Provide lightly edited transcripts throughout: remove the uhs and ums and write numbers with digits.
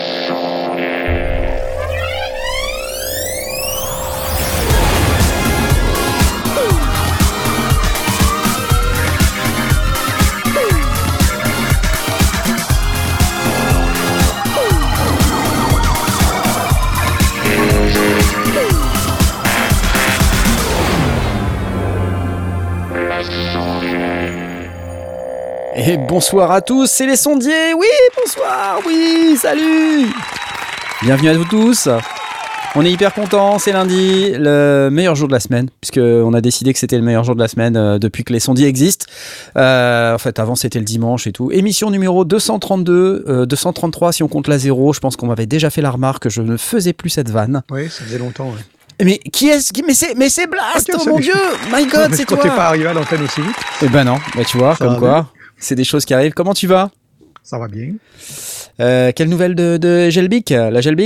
Et bonsoir à tous, c'est les sondiers. Oui, bonsoir, oui, salut. Bienvenue à vous tous. On est hyper contents, c'est lundi, le meilleur jour de la semaine, puisqu'on a décidé que c'était le meilleur jour de la semaine depuis que les sondiers existent. En fait, avant c'était le dimanche et tout. Émission numéro 232, 233 si on compte la 0. Je pense qu'on m'avait déjà fait la remarque que je ne faisais plus cette vanne. Oui, ça faisait longtemps, ouais. Mais qui est-ce qui... Mais c'est Blast, oh mon Dieu, my God, c'est toi. T'es pas arrivé à l'antenne aussi vite. Eh ben non, bah tu vois, ça comme quoi, c'est des choses qui arrivent. Comment tu vas ? Ça va bien. Quelle nouvelle de Gelbic ? La Gelbic ?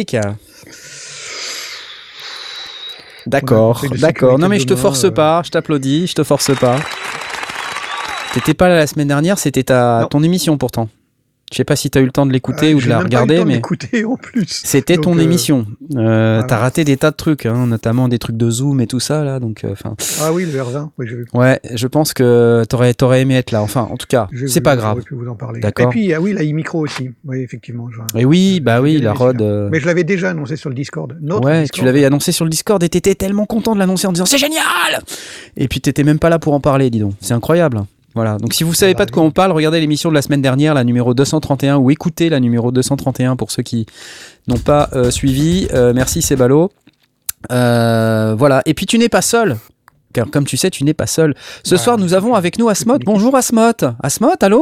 D'accord. Non mais je te force pas, je t'applaudis, je te force pas. T'étais pas là la semaine dernière, c'était ton émission pourtant. Je sais pas si t'as eu le temps de l'écouter ou de la regarder, mais en plus. C'était ton émission. T'as raté des tas de trucs, hein, notamment des trucs de Zoom et tout ça là, donc. Ah oui, le R20. Oui, j'ai vu. Ouais, je pense que t'aurais aimé être là. Enfin, en tout cas, c'est pas grave. J'aurais pu vous en parler. D'accord. Et puis la e-micro aussi. Oui, effectivement. Et oui, bah oui, la Rode. Mais je l'avais déjà annoncé sur le Discord. Discord. Tu l'avais annoncé sur le Discord et t'étais tellement content de l'annoncer en disant c'est génial. Et puis t'étais même pas là pour en parler, dis donc. C'est incroyable. Voilà, donc si vous savez pas de quoi on parle, regardez l'émission de la semaine dernière, la numéro 231, ou écoutez la numéro 231 pour ceux qui n'ont pas suivi. Merci, c'est ballot. Voilà, et puis tu n'es pas seul, car comme tu sais, tu n'es pas seul. Ce soir, nous avons avec nous Asmod. Bonjour Asmod. Asmod, allô ?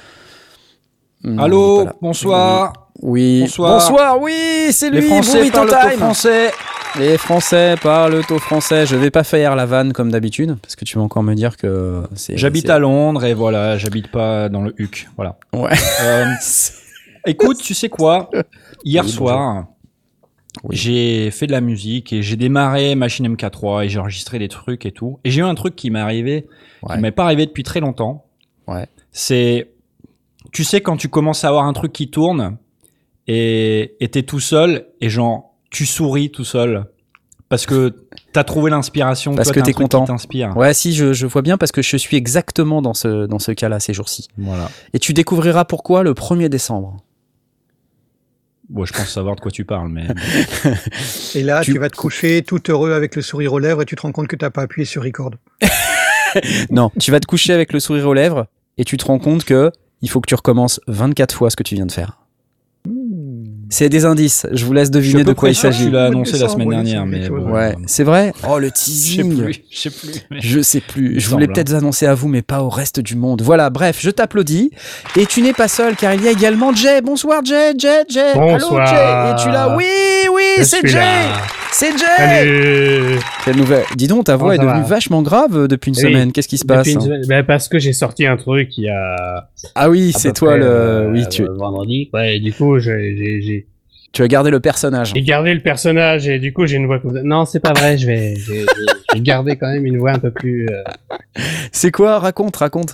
Allô, bonsoir. Oui, bonsoir, oui, c'est lui, les Français parlent au français. Les Français parlent au français. Je vais pas faire la vanne comme d'habitude, parce que tu vas encore me dire que c'est... J'habite à Londres et voilà, j'habite pas dans le HUC, voilà. Ouais. Écoute, tu sais quoi ? Hier soir, j'ai fait de la musique et j'ai démarré Machine MK3 et j'ai enregistré des trucs et tout. Et j'ai eu un truc qui m'est arrivé, qui m'est pas arrivé depuis très longtemps. Ouais. C'est... Tu sais, quand tu commences à avoir un truc qui tourne et t'es tout seul et genre, tu souris tout seul parce que t'as trouvé l'inspiration, parce toi, que t'as t'es un truc content. Qui t'inspire. Ouais, si, je vois bien parce que je suis exactement dans ce cas-là ces jours-ci. Voilà. Et tu découvriras pourquoi le 1er décembre. Bon, je pense savoir de quoi tu parles, mais... Et là, tu vas te coucher tout heureux avec le sourire aux lèvres et tu te rends compte que t'as pas appuyé sur record. Non, tu vas te coucher avec le sourire aux lèvres et tu te rends compte que il faut que tu recommences 24 fois ce que tu viens de faire. C'est des indices, je vous laisse deviner de quoi il s'agit. Tu l'as annoncé la semaine dernière, mais bon, ouais, c'est vrai. Oh, le teasing. Je sais plus. Je voulais peut-être annoncer à vous, mais pas au reste du monde. Voilà, bref, je t'applaudis. Et tu n'es pas seul, car il y a également Jay. Bonsoir, Jay. Bonsoir. Allô, Jay. Et tu l'as. Oui, c'est Jay. C'est Jay. Salut. Quelle nouvelle. Dis donc, ta voix est devenue vachement grave depuis une semaine. Qu'est-ce qui se passe ? Parce que j'ai sorti un truc il y a... Ah oui, c'est toi le... Oui, tu... vendredi. Ouais, du coup, Tu as gardé le personnage. J'ai gardé le personnage et du coup j'ai une voix comme ça. Non, c'est pas vrai, je vais garder quand même une voix un peu plus... C'est quoi ? Raconte.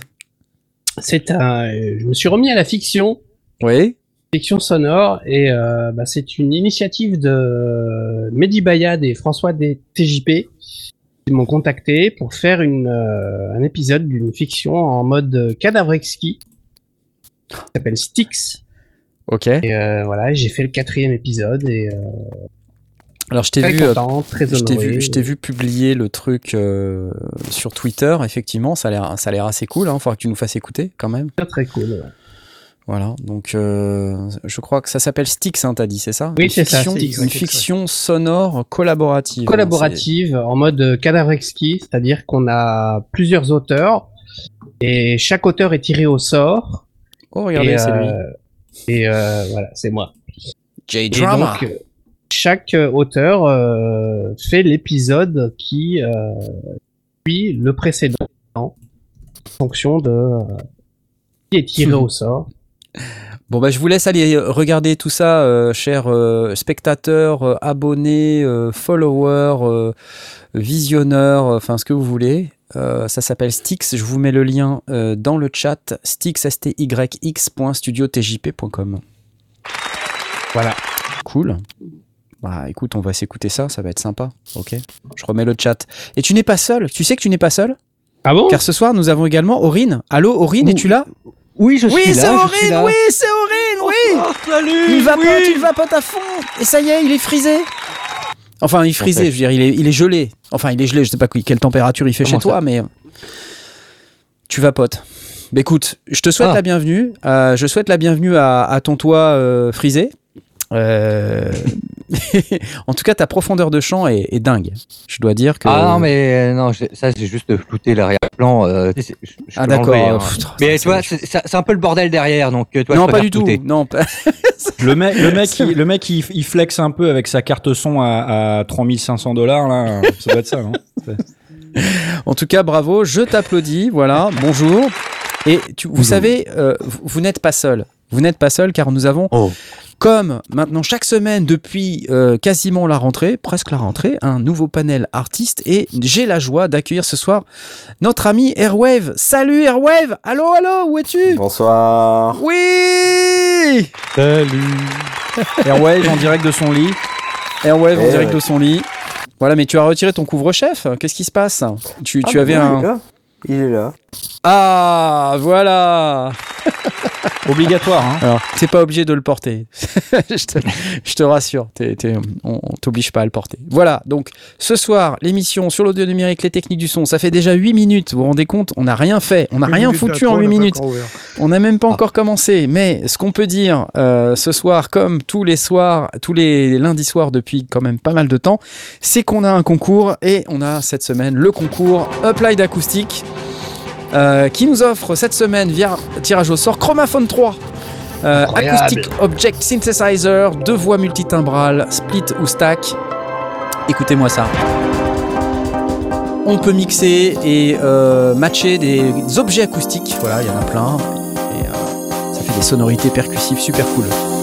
Je me suis remis à la fiction. Oui. Fiction sonore et c'est une initiative de Mehdi Bayad et François des TJP qui m'ont contacté pour faire un épisode d'une fiction en mode Cadavrexki qui s'appelle Styx. Ok. Et voilà, j'ai fait le 4e épisode et alors je t'ai très vu, content, très honoré. je t'ai vu publier le truc sur Twitter. Effectivement, ça a l'air assez cool. Hein. Faudra que tu nous fasses écouter quand même. Très très cool. Ouais. Voilà, donc je crois que ça s'appelle Styx, hein, t'as dit, c'est ça ? Oui, c'est ça. Une fiction sonore collaborative. Collaborative en mode Cadavrexki, c'est-à-dire qu'on a plusieurs auteurs et chaque auteur est tiré au sort. Oh, regardez, c'est lui. Et voilà, c'est moi. J-Drama. Et donc, chaque auteur fait l'épisode qui suit le précédent en fonction de qui est tiré au sort. Bon, bah, je vous laisse aller regarder tout ça, chers spectateurs, abonnés, followers, visionneurs, enfin ce que vous voulez. Ça s'appelle Styx, je vous mets le lien dans le chat, styx.studiotjp.com. Voilà. Cool. Bah écoute, on va s'écouter ça va être sympa. Ok. Je remets le chat. Et tu n'es pas seul. Tu sais que tu n'es pas seul ? Ah bon ? Car ce soir, nous avons également Aurine. Allô, Aurine, es-tu là ? Oui, je suis là. Oui, c'est Aurine, oui. Salut. Il vapote à fond. Et ça y est, il est frisé. Enfin, il est frisé, je veux dire, il est gelé. Enfin, il est gelé, je sais pas quelle température il fait chez toi, mais tu vapotes. Mais écoute, je te souhaite la bienvenue. Je souhaite la bienvenue à ton toit frisé. En tout cas, ta profondeur de champ est dingue. Je dois dire que. Ah non, mais non, ça c'est juste flouter l'arrière-plan. D'accord. Mais tu vois, c'est un peu le bordel derrière, donc toi. Non, pas du tout. Non. Le mec, il flex un peu avec sa carte son à $3,500 là. Ça doit être ça, non ? En tout cas, bravo. Je t'applaudis. Voilà. Bonjour. Et vous savez, vous n'êtes pas seul. Vous n'êtes pas seul car nous avons. Comme maintenant chaque semaine depuis quasiment la rentrée, presque la rentrée, un nouveau panel artiste et j'ai la joie d'accueillir ce soir notre ami Airwave. Salut Airwave. Allô, où es-tu ? Bonsoir. Oui. Salut. Airwave en direct de son lit. Airwave en direct de son lit. Voilà, mais tu as retiré ton couvre-chef. Qu'est-ce qui se passe ? Tu avais un... Il est là. Ah, voilà. Obligatoire, hein. Alors, t'es pas obligé de le porter. je te rassure. On t'oblige pas à le porter. Voilà. Donc, ce soir, l'émission sur l'audio numérique, les techniques du son, ça fait déjà 8 minutes. Vous vous rendez compte ? On n'a rien fait. On n'a rien foutu en 8 minutes. On n'a même pas encore commencé. Mais ce qu'on peut dire ce soir, comme tous les lundis soirs depuis quand même pas mal de temps, c'est qu'on a un concours et on a cette semaine le concours Applied Acoustic. Qui nous offre cette semaine via tirage au sort Chromaphone 3 Acoustic Object Synthesizer, 2 voix multitimbrales, split ou stack. Écoutez-moi ça. On peut mixer et matcher des objets acoustiques. Voilà, il y en a plein. Et ça fait des sonorités percussives super cool.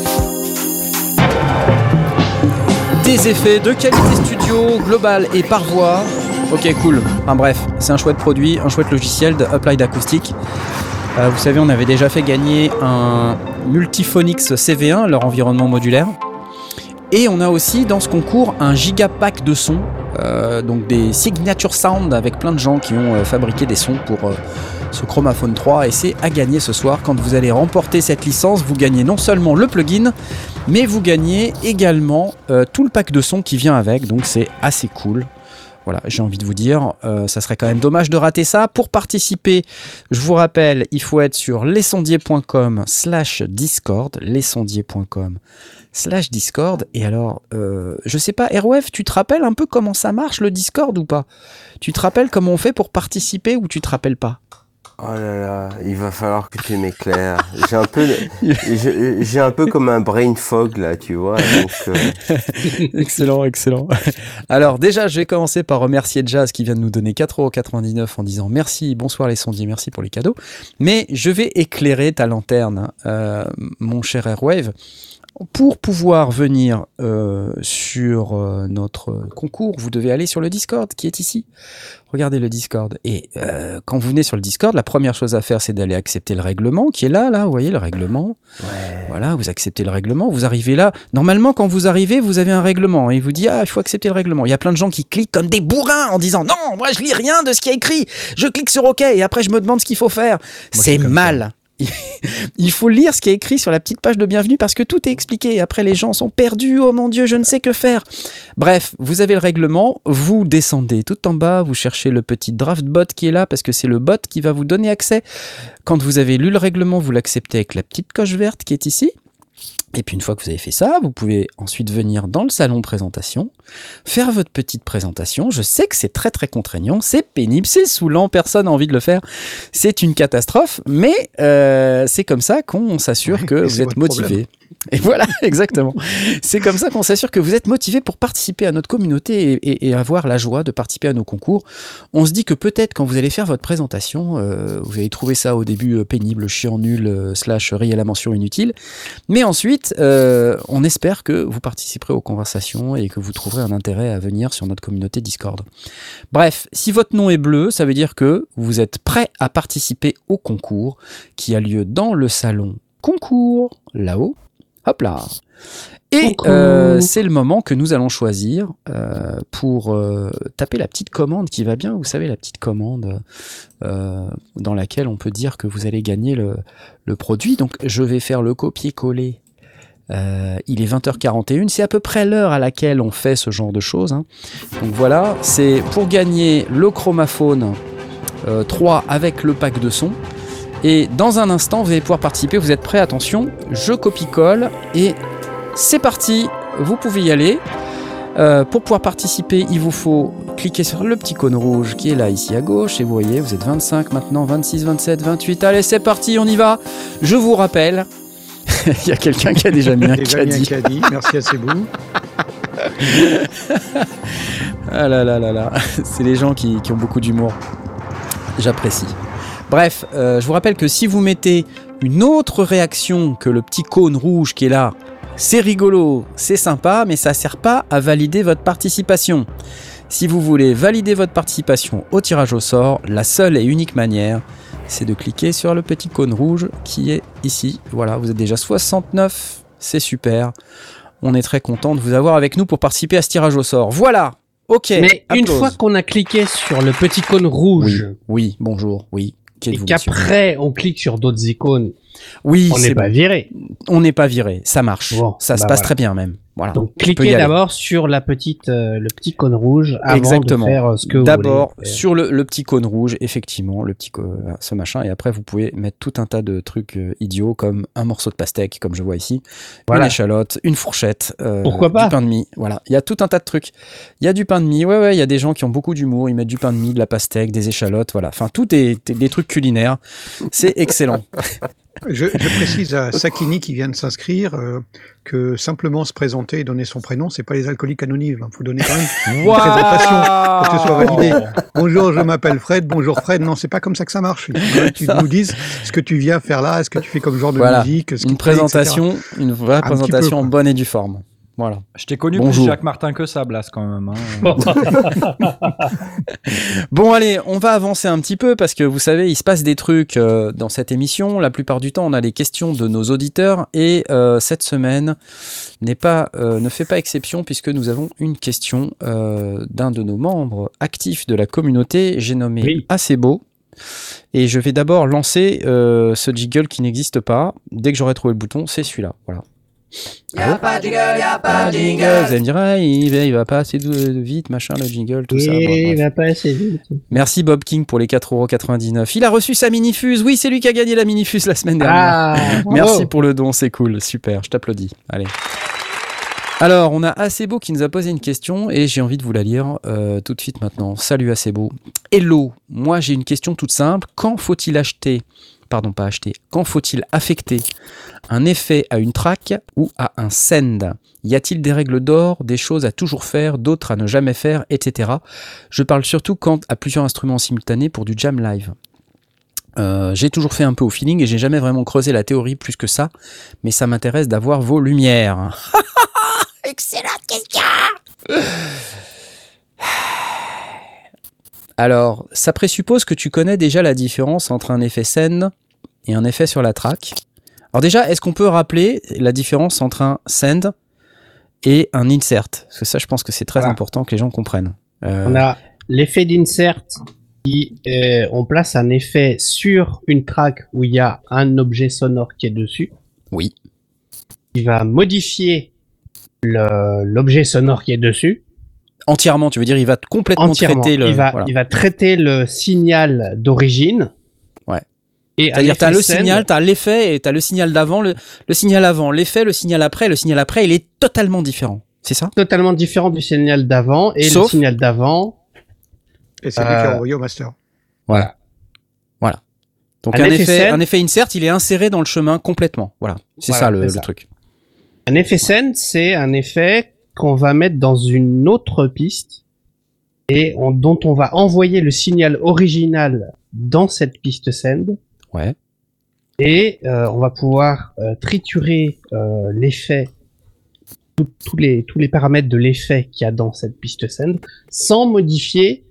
Des effets de qualité studio, global et par voix. Ok, cool. Enfin bref, c'est un chouette produit, un chouette logiciel de Applied Acoustic. Vous savez, on avait déjà fait gagner un Multiphonix CV1, leur environnement modulaire. Et on a aussi dans ce concours un gigapack de sons, donc des signature sound avec plein de gens qui ont fabriqué des sons pour ce Chromaphone 3. Et c'est à gagner ce soir. Quand vous allez remporter cette licence, vous gagnez non seulement le plugin, mais vous gagnez également tout le pack de sons qui vient avec. Donc c'est assez cool. Voilà, j'ai envie de vous dire, ça serait quand même dommage de rater ça. Pour participer, je vous rappelle, il faut être sur lesondiers.com/discord, lesondiers.com/discord. Et alors, je sais pas, Airwave, tu te rappelles un peu comment ça marche le Discord ou pas ? Tu te rappelles comment on fait pour participer ou tu te rappelles pas ? Oh là là, il va falloir que tu m'éclaires. J'ai un peu comme un brain fog là, tu vois. Donc, Excellent. Alors déjà, je vais commencer par remercier Jazz qui vient de nous donner 4,99€ en disant merci, bonsoir les sondiers, merci pour les cadeaux. Mais je vais éclairer ta lanterne, mon cher Airwave. Pour pouvoir venir sur notre concours, vous devez aller sur le Discord qui est ici. Regardez le Discord. Et quand vous venez sur le Discord, la première chose à faire, c'est d'aller accepter le règlement qui est là, vous voyez le règlement. Ouais. Voilà, vous acceptez le règlement, vous arrivez là. Normalement, quand vous arrivez, vous avez un règlement et il vous dit il faut accepter le règlement. Il y a plein de gens qui cliquent comme des bourrins en disant non, moi je lis rien de ce qui est écrit. Je clique sur OK et après je me demande ce qu'il faut faire. C'est mal. Il faut lire ce qui est écrit sur la petite page de bienvenue parce que tout est expliqué. Après, les gens sont perdus. Oh mon Dieu, je ne sais que faire. Bref, vous avez le règlement. Vous descendez tout en bas. Vous cherchez le petit draft bot qui est là parce que c'est le bot qui va vous donner accès. Quand vous avez lu le règlement, vous l'acceptez avec la petite coche verte qui est ici. Et puis une fois que vous avez fait ça, vous pouvez ensuite venir dans le salon présentation, faire votre petite présentation. Je sais que c'est très très contraignant, c'est pénible, c'est saoulant, personne n'a envie de le faire. C'est une catastrophe, mais c'est comme ça qu'on s'assure que vous êtes motivé. Et voilà, exactement. C'est comme ça qu'on s'assure que vous êtes motivé pour participer à notre communauté et avoir la joie de participer à nos concours. On se dit que peut-être quand vous allez faire votre présentation, vous allez trouver ça au début pénible, chiant, nul, / riz à la mention inutile. Mais ensuite, on espère que vous participerez aux conversations et que vous trouverez un intérêt à venir sur notre communauté Discord. Bref, si votre nom est bleu, ça veut dire que vous êtes prêt à participer au concours qui a lieu dans le salon concours, là-haut, Hop là. Et c'est le moment que nous allons choisir pour taper la petite commande qui va bien. Vous savez, la petite commande dans laquelle on peut dire que vous allez gagner le produit. Donc, je vais faire le copier-coller. Il est 20h41. C'est à peu près l'heure à laquelle on fait ce genre de choses. Hein. Donc voilà, c'est pour gagner le Chromaphone 3 avec le pack de son. Et dans un instant, vous allez pouvoir participer. Vous êtes prêts? Attention, je copie-colle et c'est parti. Vous pouvez y aller. Pour pouvoir participer, il vous faut cliquer sur le petit cône rouge qui est là, ici à gauche. Et vous voyez, vous êtes 25 maintenant, 26, 27, 28. Allez, c'est parti, on y va. Je vous rappelle, il y a quelqu'un qui a déjà mis un caddie. Merci à Sebou. Ah là là là là. C'est les gens qui ont beaucoup d'humour. J'apprécie. Bref, je vous rappelle que si vous mettez une autre réaction que le petit cône rouge qui est là, c'est rigolo, c'est sympa, mais ça sert pas à valider votre participation. Si vous voulez valider votre participation au tirage au sort, la seule et unique manière, c'est de cliquer sur le petit cône rouge qui est ici. Voilà, vous êtes déjà 69, c'est super. On est très content de vous avoir avec nous pour participer à ce tirage au sort. Voilà, ok. Mais une fois qu'on a cliqué sur le petit cône rouge, oui, bonjour, oui. Et qu'après on clique sur d'autres icônes, oui, on n'est pas viré. On n'est pas viré, ça marche. Bon, ça se passe très bien même. Voilà. Donc cliquez d'abord sur le petit cône rouge avant de faire ce que vous voulez. D'abord sur le petit cône rouge, effectivement, ce machin, et après vous pouvez mettre tout un tas de trucs idiots comme un morceau de pastèque, comme je vois ici, une échalote, une fourchette, pourquoi pas, du pain de mie. Voilà, il y a tout un tas de trucs. Il y a du pain de mie, il y a des gens qui ont beaucoup d'humour, ils mettent du pain de mie, de la pastèque, des échalotes, voilà. Enfin, tout est des trucs culinaires. C'est excellent. Je précise à Sakini qui vient de s'inscrire que simplement se présenter et donner son prénom, c'est pas les alcooliques anonymes. Il faut donner quand même une présentation pour que ce soit validé. Bonjour, je m'appelle Fred. Bonjour Fred. Non, c'est pas comme ça que ça marche. Tu nous dises ce que tu viens faire là, ce que tu fais comme genre de musique. Une présentation, une vraie présentation en bonne et due forme. Voilà. Je t'ai connu plus Jacques Martin que ça, Blas, quand même. Hein. Bon, allez, on va avancer un petit peu parce que vous savez, il se passe des trucs dans cette émission. La plupart du temps, on a les questions de nos auditeurs et cette semaine ne fait pas exception puisque nous avons une question d'un de nos membres actifs de la communauté. J'ai nommé Acebo. Et je vais d'abord lancer ce jingle qui n'existe pas. Dès que j'aurai trouvé le bouton, c'est celui-là. Voilà. Y'a pas de jingle, y'a pas de jingle. Vous allez me dire, il va pas assez vite, machin, le jingle, tout ça. Bon, il va pas assez vite. Merci Bob King pour les 4,99€. Il a reçu sa minifuse. Oui, c'est lui qui a gagné la minifuse la semaine dernière. Merci pour le don, c'est cool, super, je t'applaudis. Allez. Alors, on a Acebo qui nous a posé une question et j'ai envie de vous la lire tout de suite maintenant. Salut Acebo. Hello, moi j'ai une question toute simple. Quand faut-il affecter un effet à une track ou à un send? Y a-t-il des règles d'or, des choses à toujours faire, d'autres à ne jamais faire, etc. Je parle surtout quant à plusieurs instruments simultanés pour du jam live. J'ai toujours fait un peu au feeling et j'ai jamais vraiment creusé la théorie plus que ça, mais ça m'intéresse d'avoir vos lumières. Excellente question. Alors, ça présuppose que tu connais déjà la différence entre un effet send et un effet sur la track. Alors déjà, est-ce qu'on peut rappeler la différence entre un send et un insert? Parce que ça, je pense que c'est très important que les gens comprennent. On a l'effet d'insert qui on place un effet sur une track où il y a un objet sonore qui est dessus. Oui. Il va modifier l'objet sonore qui est dessus. Entièrement, tu veux dire, il va complètement traiter le... Il va traiter le signal d'origine. Ouais. C'est-à-dire, t'as le signal, t'as l'effet et t'as le signal d'avant, le signal avant, l'effet, le signal après, il est totalement différent. C'est ça? Totalement différent du signal d'avant et le signal d'avant. Et c'est lui qui a envoyé au master. Voilà. Donc un effet insert, il est inséré dans le chemin complètement. Voilà. C'est ça le truc. Un effet send, c'est un effet qu'on va mettre dans une autre piste et dont on va envoyer le signal original dans cette piste send. Ouais. Et on va pouvoir triturer l'effet, tous les paramètres de l'effet qu'il y a dans cette piste send, sans modifier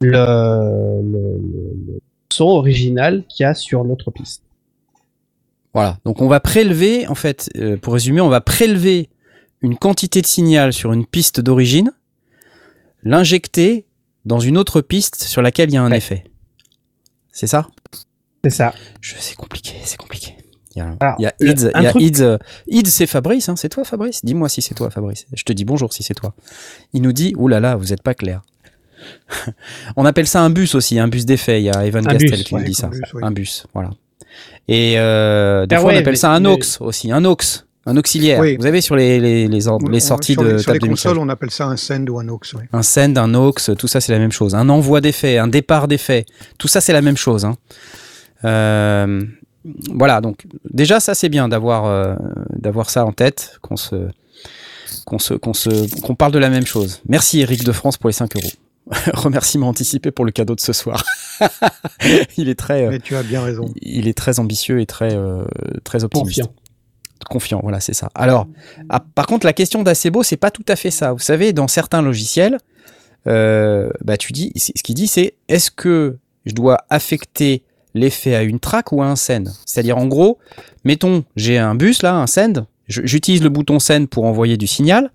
le son original qu'il y a sur l'autre piste. Voilà. Donc on va prélever, en fait, pour résumer, on va prélever une quantité de signal sur une piste d'origine, l'injecter dans une autre piste sur laquelle il y a un effet. C'est ça ? C'est ça. C'est compliqué. Il y a Ids. Ids, c'est Fabrice, hein, c'est toi Fabrice ? Dis-moi si c'est toi Fabrice. Je te dis bonjour si c'est toi. Il nous dit, oulala, vous êtes pas clair. On appelle ça un bus aussi, un bus d'effet. Il y a Evan Castel qui nous dit ça. Un bus, voilà. Et des fois on appelle ça un aux aussi, un auxiliaire. Oui. Vous avez sur les sorties de sur les consoles, on appelle ça un send ou un aux. Oui. Un send, un aux, tout ça c'est la même chose. Un envoi d'effet, un départ d'effet, tout ça c'est la même chose. Hein. Voilà, donc déjà ça c'est bien d'avoir ça en tête, qu'on parle de la même chose. Merci Eric de France pour les 5 €. Remerciement anticipé pour le cadeau de ce soir. Il est très. Mais tu as bien raison. Il est très ambitieux et très optimiste. Confiant, voilà, c'est ça. Alors, par contre, la question d'Acebo, c'est pas tout à fait ça. Vous savez, dans certains logiciels, tu dis, ce qu'il dit, c'est est-ce que je dois affecter l'effet à une track ou à un send ? C'est-à-dire, en gros, mettons, j'ai un bus là, un send. J'utilise le bouton send pour envoyer du signal.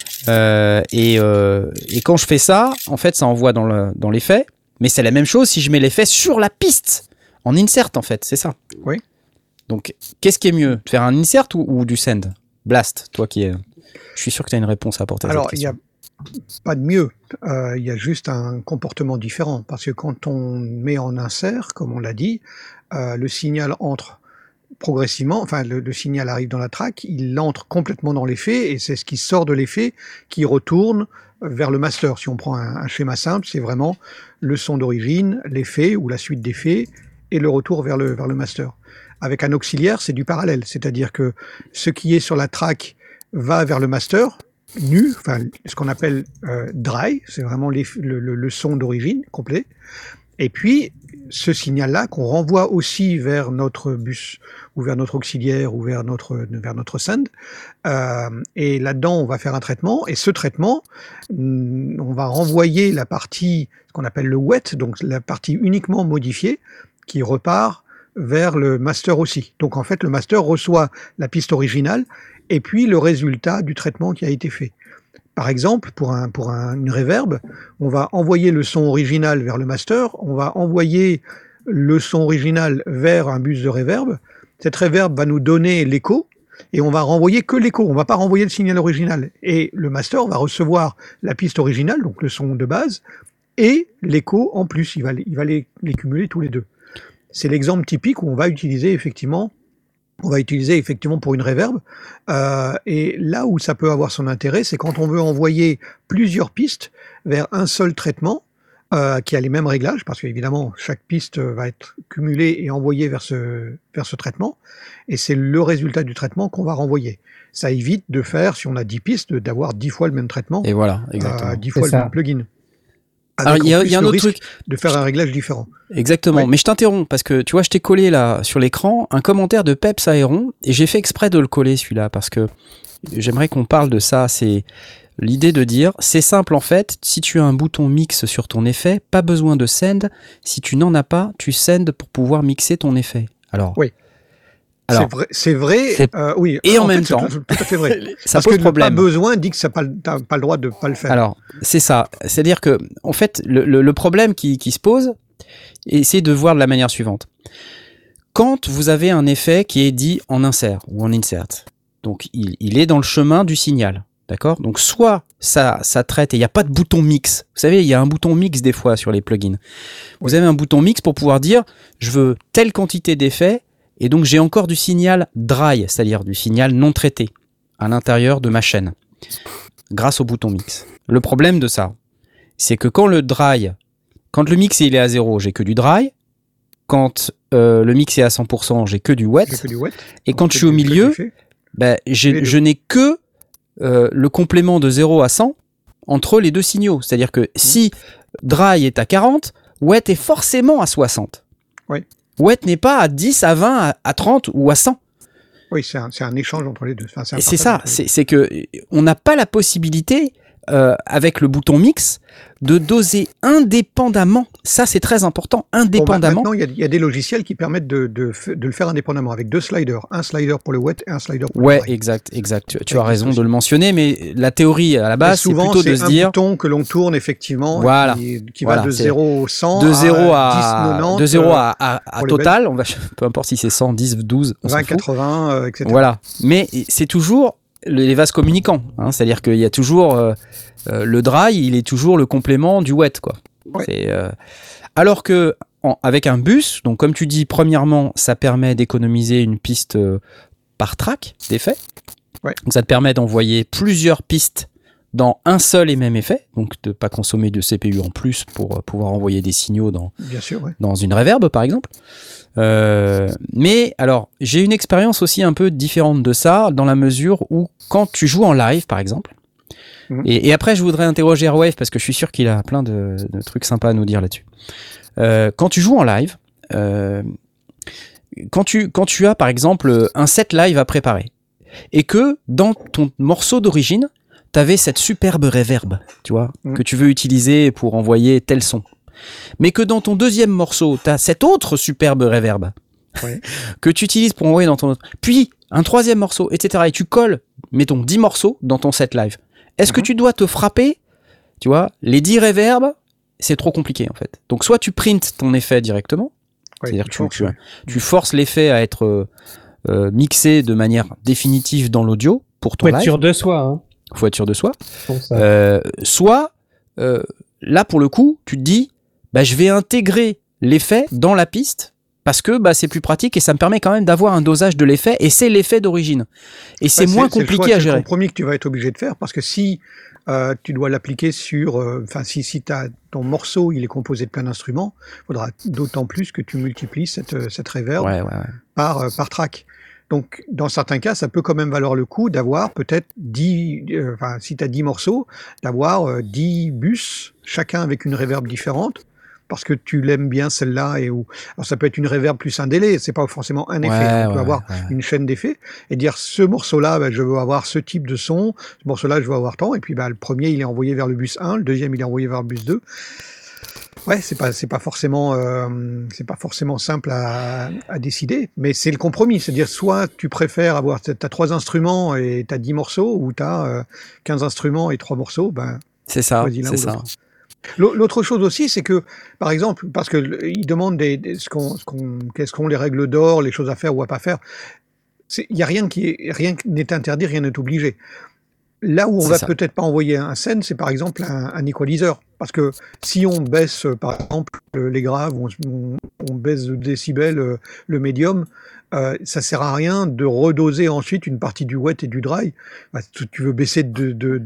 Et quand je fais ça, en fait, ça envoie dans l'effet. Mais c'est la même chose si je mets l'effet sur la piste, en insert en fait, c'est ça. Oui. Donc, qu'est-ce qui est mieux, de faire un insert ou du send ? Blast, toi qui es... Je suis sûr que tu as une réponse à apporter à cette question. Alors, il n'y a pas de mieux. Il y a juste un comportement différent. Parce que quand on met en insert, comme on l'a dit, le signal entre progressivement, enfin le signal arrive dans la track, il entre complètement dans l'effet et c'est ce qui sort de l'effet qui retourne vers le master. Si on prend un schéma simple, c'est vraiment le son d'origine, l'effet ou la suite d'effets et le retour vers le master. Avec un auxiliaire, c'est du parallèle, c'est-à-dire que ce qui est sur la track va vers le master nu, enfin ce qu'on appelle dry, c'est vraiment le son d'origine complet. Et puis ce signal-là qu'on renvoie aussi vers notre bus ou vers notre auxiliaire ou vers notre send. Et là-dedans, on va faire un traitement. Et ce traitement, on va renvoyer la partie, ce qu'on appelle le wet, donc la partie uniquement modifiée, qui repart vers le master aussi. Donc en fait, le master reçoit la piste originale et puis le résultat du traitement qui a été fait. Par exemple, pour une reverb, on va envoyer le son original vers le master, on va envoyer le son original vers un bus de reverb. Cette reverb va nous donner l'écho et on va renvoyer que l'écho, on va pas renvoyer le signal original. Et le master va recevoir la piste originale, donc le son de base, et l'écho en plus, il va les cumuler tous les deux. C'est l'exemple typique où on va utiliser effectivement pour une reverb. Et là où ça peut avoir son intérêt, c'est quand on veut envoyer plusieurs pistes vers un seul traitement qui a les mêmes réglages, parce qu'évidemment, chaque piste va être cumulée et envoyée vers ce traitement, et c'est le résultat du traitement qu'on va renvoyer. Ça évite de faire, si on a 10 pistes, d'avoir 10 fois le même traitement, et voilà, exactement. 10 fois le même plugin. Alors, il y a un autre truc de faire un réglage différent. Exactement. Ouais. Mais je t'interromps parce que tu vois, je t'ai collé là sur l'écran un commentaire de Peps Aéron et j'ai fait exprès de le coller celui-là parce que j'aimerais qu'on parle de ça. C'est l'idée de dire, c'est simple en fait. Si tu as un bouton mix sur ton effet, pas besoin de send. Si tu n'en as pas, tu send pour pouvoir mixer ton effet. Alors. Oui. Alors, c'est vrai. Oui. Et en même temps, c'est tout à fait vrai. Ça parce pose que problème. Pas besoin dit que t'as pas le droit de pas le faire. Alors, c'est ça. C'est-à-dire que, en fait, le problème qui se pose, essayez de voir de la manière suivante. Quand vous avez un effet qui est dit en insert ou en insert, donc il est dans le chemin du signal, d'accord ? Donc soit ça traite et il n'y a pas de bouton mix. Vous savez, il y a un bouton mix des fois sur les plugins. Vous avez un bouton mix pour pouvoir dire, je veux telle quantité d'effets. Et donc, j'ai encore du signal dry, c'est-à-dire du signal non traité, à l'intérieur de ma chaîne, grâce au bouton mix. Le problème de ça, c'est que quand le mix il est à 0, j'ai que du dry. Quand le mix est à 100%, j'ai que du wet. Et quand je suis au milieu, je n'ai que le complément de 0 à 100 entre les deux signaux. C'est-à-dire que si dry est à 40, wet est forcément à 60. Oui. Wet n'est pas à 10, à 20, à 30 ou à 100. Oui, c'est un échange entre les deux. Enfin, c'est ça, c'est que on n'a pas la possibilité, avec le bouton mix, de doser indépendamment. Ça, c'est très important, indépendamment. Maintenant, il y a des logiciels qui permettent de le faire indépendamment, avec 2 sliders. Un slider pour le wet et un slider pour le dry. Exact. Tu as raison de le mentionner, mais la théorie, à la base, c'est plutôt de se dire... c'est un bouton que l'on tourne, effectivement, voilà, qui va de 0 au 100, de 0 à 10, 90, de 0 à total, peu importe si c'est 100, 10, 12, 20, 80, etc. Voilà, mais c'est toujours les vases communicants, hein, c'est-à-dire qu'il y a toujours... le dry, il est toujours le complément du wet, quoi. Ouais. Alors que avec un bus, donc comme tu dis, premièrement, ça permet d'économiser une piste par track d'effet. Ouais. Donc ça te permet d'envoyer plusieurs pistes dans un seul et même effet, donc de pas consommer de CPU en plus pour pouvoir envoyer des signaux dans une reverb, par exemple. Mais alors, j'ai une expérience aussi un peu différente de ça, dans la mesure où quand tu joues en live, par exemple. Et après, je voudrais interroger Airwave parce que je suis sûr qu'il a plein de trucs sympas à nous dire là-dessus. Quand tu joues en live, quand tu as par exemple un set live à préparer et que dans ton morceau d'origine, tu avais cette superbe reverb, tu vois, que tu veux utiliser pour envoyer tel son, mais que dans ton deuxième morceau, tu as cette autre superbe reverb que tu utilises pour envoyer dans ton autre, puis un troisième morceau, etc. Et tu colles, mettons 10 morceaux dans ton set live. Est-ce que tu dois te frapper, tu vois, les 10 reverbs, c'est trop compliqué en fait. Donc soit tu printes ton effet directement, c'est-à-dire que tu forces l'effet à être mixé de manière définitive dans l'audio pour ton live. Faut être sûr de soi. Hein. Faut être sûr de soi. Soit, là pour le coup, tu te dis, je vais intégrer l'effet dans la piste parce que c'est plus pratique et ça me permet quand même d'avoir un dosage de l'effet et c'est l'effet d'origine. Et c'est moins compliqué à gérer. C'est le compromis que tu vas être obligé de faire parce que si tu dois l'appliquer sur... si ton morceau il est composé de plein d'instruments, il faudra d'autant plus que tu multiplies cette reverb par track. Donc, dans certains cas, ça peut quand même valoir le coup d'avoir peut-être 10... si tu as 10 morceaux, d'avoir 10 bus, chacun avec une reverb différente, parce que tu l'aimes bien celle-là alors ça peut être une reverb plus un délai, c'est pas forcément un effet, on peut avoir une chaîne d'effets et dire ce morceau-là, je veux avoir ce type de son, ce morceau-là, je veux avoir tant, et puis le premier il est envoyé vers le bus 1, le deuxième il est envoyé vers le bus 2. Ouais, c'est pas forcément simple à décider, mais c'est le compromis, c'est-à-dire soit tu préfères avoir t'as 3 instruments et t'as 10 morceaux, ou t'as 15 instruments et 3 morceaux, c'est ça, c'est ça. L'autre chose aussi, c'est que, par exemple, parce que ils demandent qu'est-ce qu'ont les règles d'or, les choses à faire ou à pas faire. Il y a rien n'est interdit, rien n'est obligé. Là où on va peut-être pas envoyer un scène, c'est par exemple un equalizer. Parce que si on baisse, par exemple, les graves, on baisse de décibels le médium, ça sert à rien de redoser ensuite une partie du wet et du dry. Tu veux baisser de 2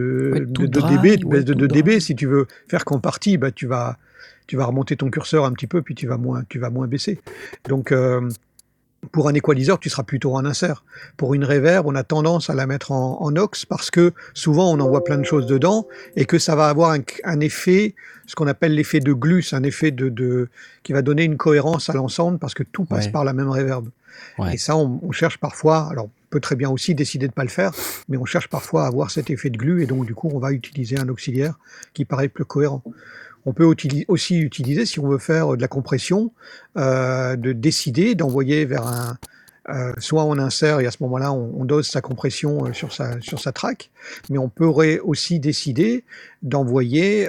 dB, tu baisses de 2 dB. Si tu veux faire qu'en partie, tu vas remonter ton curseur un petit peu, puis tu vas moins baisser. Donc, pour un equalizer, tu seras plutôt en insert. Pour une reverb, on a tendance à la mettre en aux parce que souvent on envoie plein de choses dedans et que ça va avoir un effet, ce qu'on appelle l'effet de glue, un effet qui va donner une cohérence à l'ensemble parce que tout passe par la même reverb. Et ça, on cherche parfois, alors on peut très bien aussi décider de pas le faire, mais on cherche parfois à avoir cet effet de glue et donc du coup on va utiliser un auxiliaire qui paraît plus cohérent. On peut aussi utiliser, si on veut faire de la compression, de décider d'envoyer vers soit on insère et à ce moment-là on dose sa compression sur sa track, mais on pourrait aussi décider d'envoyer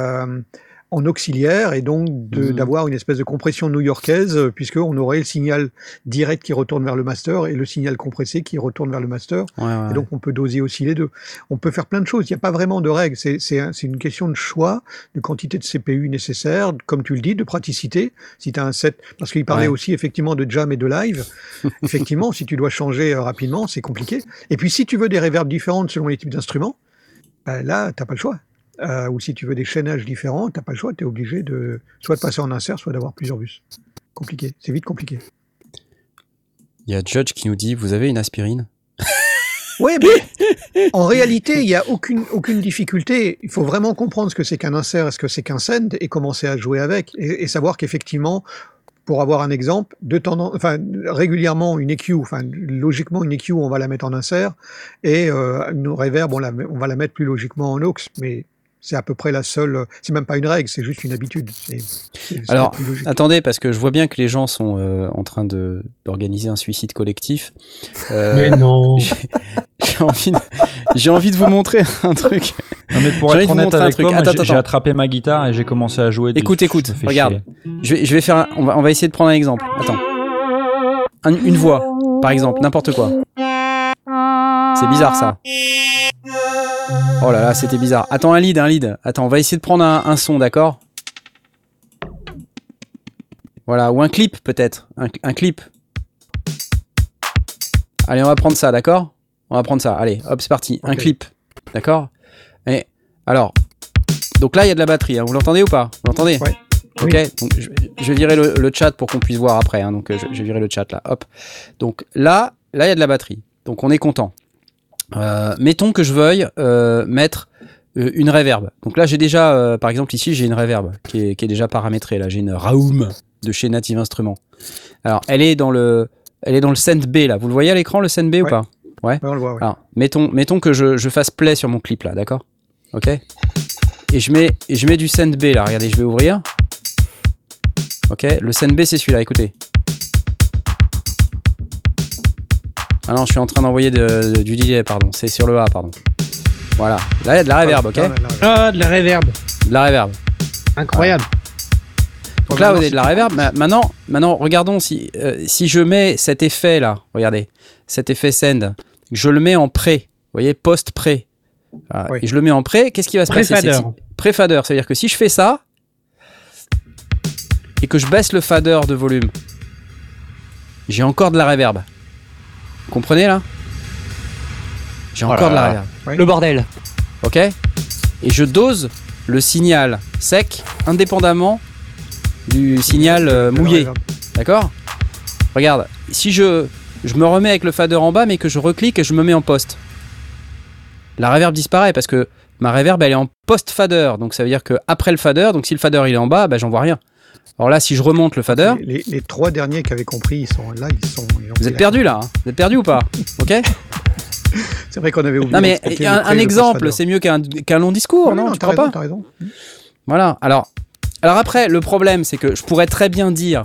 en auxiliaire et donc d'avoir une espèce de compression new-yorkaise puisqu'on aurait le signal direct qui retourne vers le master et le signal compressé qui retourne vers le master. Et donc on peut doser aussi les deux. On peut faire plein de choses, il n'y a pas vraiment de règles, c'est une question de choix, de quantité de CPU nécessaire, comme tu le dis, de praticité. Si tu as un set, parce qu'il parlait aussi effectivement de jam et de live, effectivement si tu dois changer rapidement, c'est compliqué. Et puis si tu veux des reverbs différentes selon les types d'instruments, là tu n'as pas le choix. Ou si tu veux des chaînages différents, t'as pas le choix, t'es obligé de soit de passer en insert, soit d'avoir plusieurs bus. Compliqué, c'est vite compliqué. Il y a Judge qui nous dit, vous avez une aspirine ? Oui, mais en réalité, il n'y a aucune difficulté. Il faut vraiment comprendre ce que c'est qu'un insert, ce que c'est qu'un send, et commencer à jouer avec, et savoir qu'effectivement, pour avoir un exemple, régulièrement une EQ, logiquement une EQ, on va la mettre en insert, et une reverb, on va la mettre plus logiquement en aux, mais c'est à peu près la seule. C'est même pas une règle, c'est juste une habitude. Alors, attendez, parce que je vois bien que les gens sont en train d'organiser un suicide collectif. Mais non. J'ai envie de vous montrer un truc. Non, mais pour être honnête avec toi, j'ai attrapé ma guitare et j'ai commencé à jouer. Écoute, regarde. Je vais faire. On va essayer de prendre un exemple. Attends. Une voix, par exemple, n'importe quoi. C'est bizarre ça. Oh là là, c'était bizarre. Attends, un lead. Attends, on va essayer de prendre un son, d'accord ? Voilà, ou un clip peut-être. Un clip. Allez, on va prendre ça, d'accord ? On va prendre ça. Allez, hop, c'est parti. Okay. Un clip. D'accord ? Et alors, donc là, il y a de la batterie. Hein. Vous l'entendez ou pas ? Vous l'entendez ? Ouais. Ok, oui. Donc je vais virer le chat pour qu'on puisse voir après. Hein. Donc je vais virer le chat là. Hop. Donc là, il y a de la batterie. Donc on est content. Mettons que je veuille mettre une reverb. Donc là, j'ai déjà, par exemple, ici, j'ai une reverb qui est déjà paramétrée. Là, j'ai une Raum de chez Native Instruments. Alors, elle est dans le send B là. Vous le voyez à l'écran, le send B ou pas ? Ouais. On le voit, ouais. Alors, mettons que je fasse play sur mon clip là, d'accord ? Ok. Et je mets du send B là. Regardez, je vais ouvrir. Ok. Le send B, c'est celui-là. Écoutez. Ah non, je suis en train d'envoyer du delay, pardon. C'est sur le A, pardon. Voilà. Là, il y a de la reverb, ok ? Ah, de la reverb. De la reverb. Incroyable. Donc là, vous avez de la reverb. Maintenant, regardons si je mets cet effet là, regardez, cet effet send, je le mets en pré, vous voyez, post-pré. Oui. Et je le mets en pré, qu'est-ce qui va se passer ? Pré-fader. C'est-à-dire que si je fais ça et que je baisse le fader de volume, j'ai encore de la reverb. Vous comprenez là ? J'ai encore de la reverb. Oui. Le bordel. Ok ? Et je dose le signal sec indépendamment du signal mouillé. D'accord ? Regarde, si je me remets avec le fader en bas mais que je reclique et je me mets en post, la reverb disparaît parce que ma reverb elle est en post-fader, donc ça veut dire qu'après le fader, donc si le fader il est en bas, bah, j'en vois rien. Alors là, si je remonte le fader... Les trois derniers qui avaient compris, ils sont là, Vous êtes perdus là, hein ? Vous êtes perdus ou pas ? Ok ? C'est vrai qu'on avait oublié. Non mais un exemple, c'est mieux qu'un long discours, non ? Tu crois pas ? T'as raison. Voilà, alors après, le problème, c'est que je pourrais très bien dire...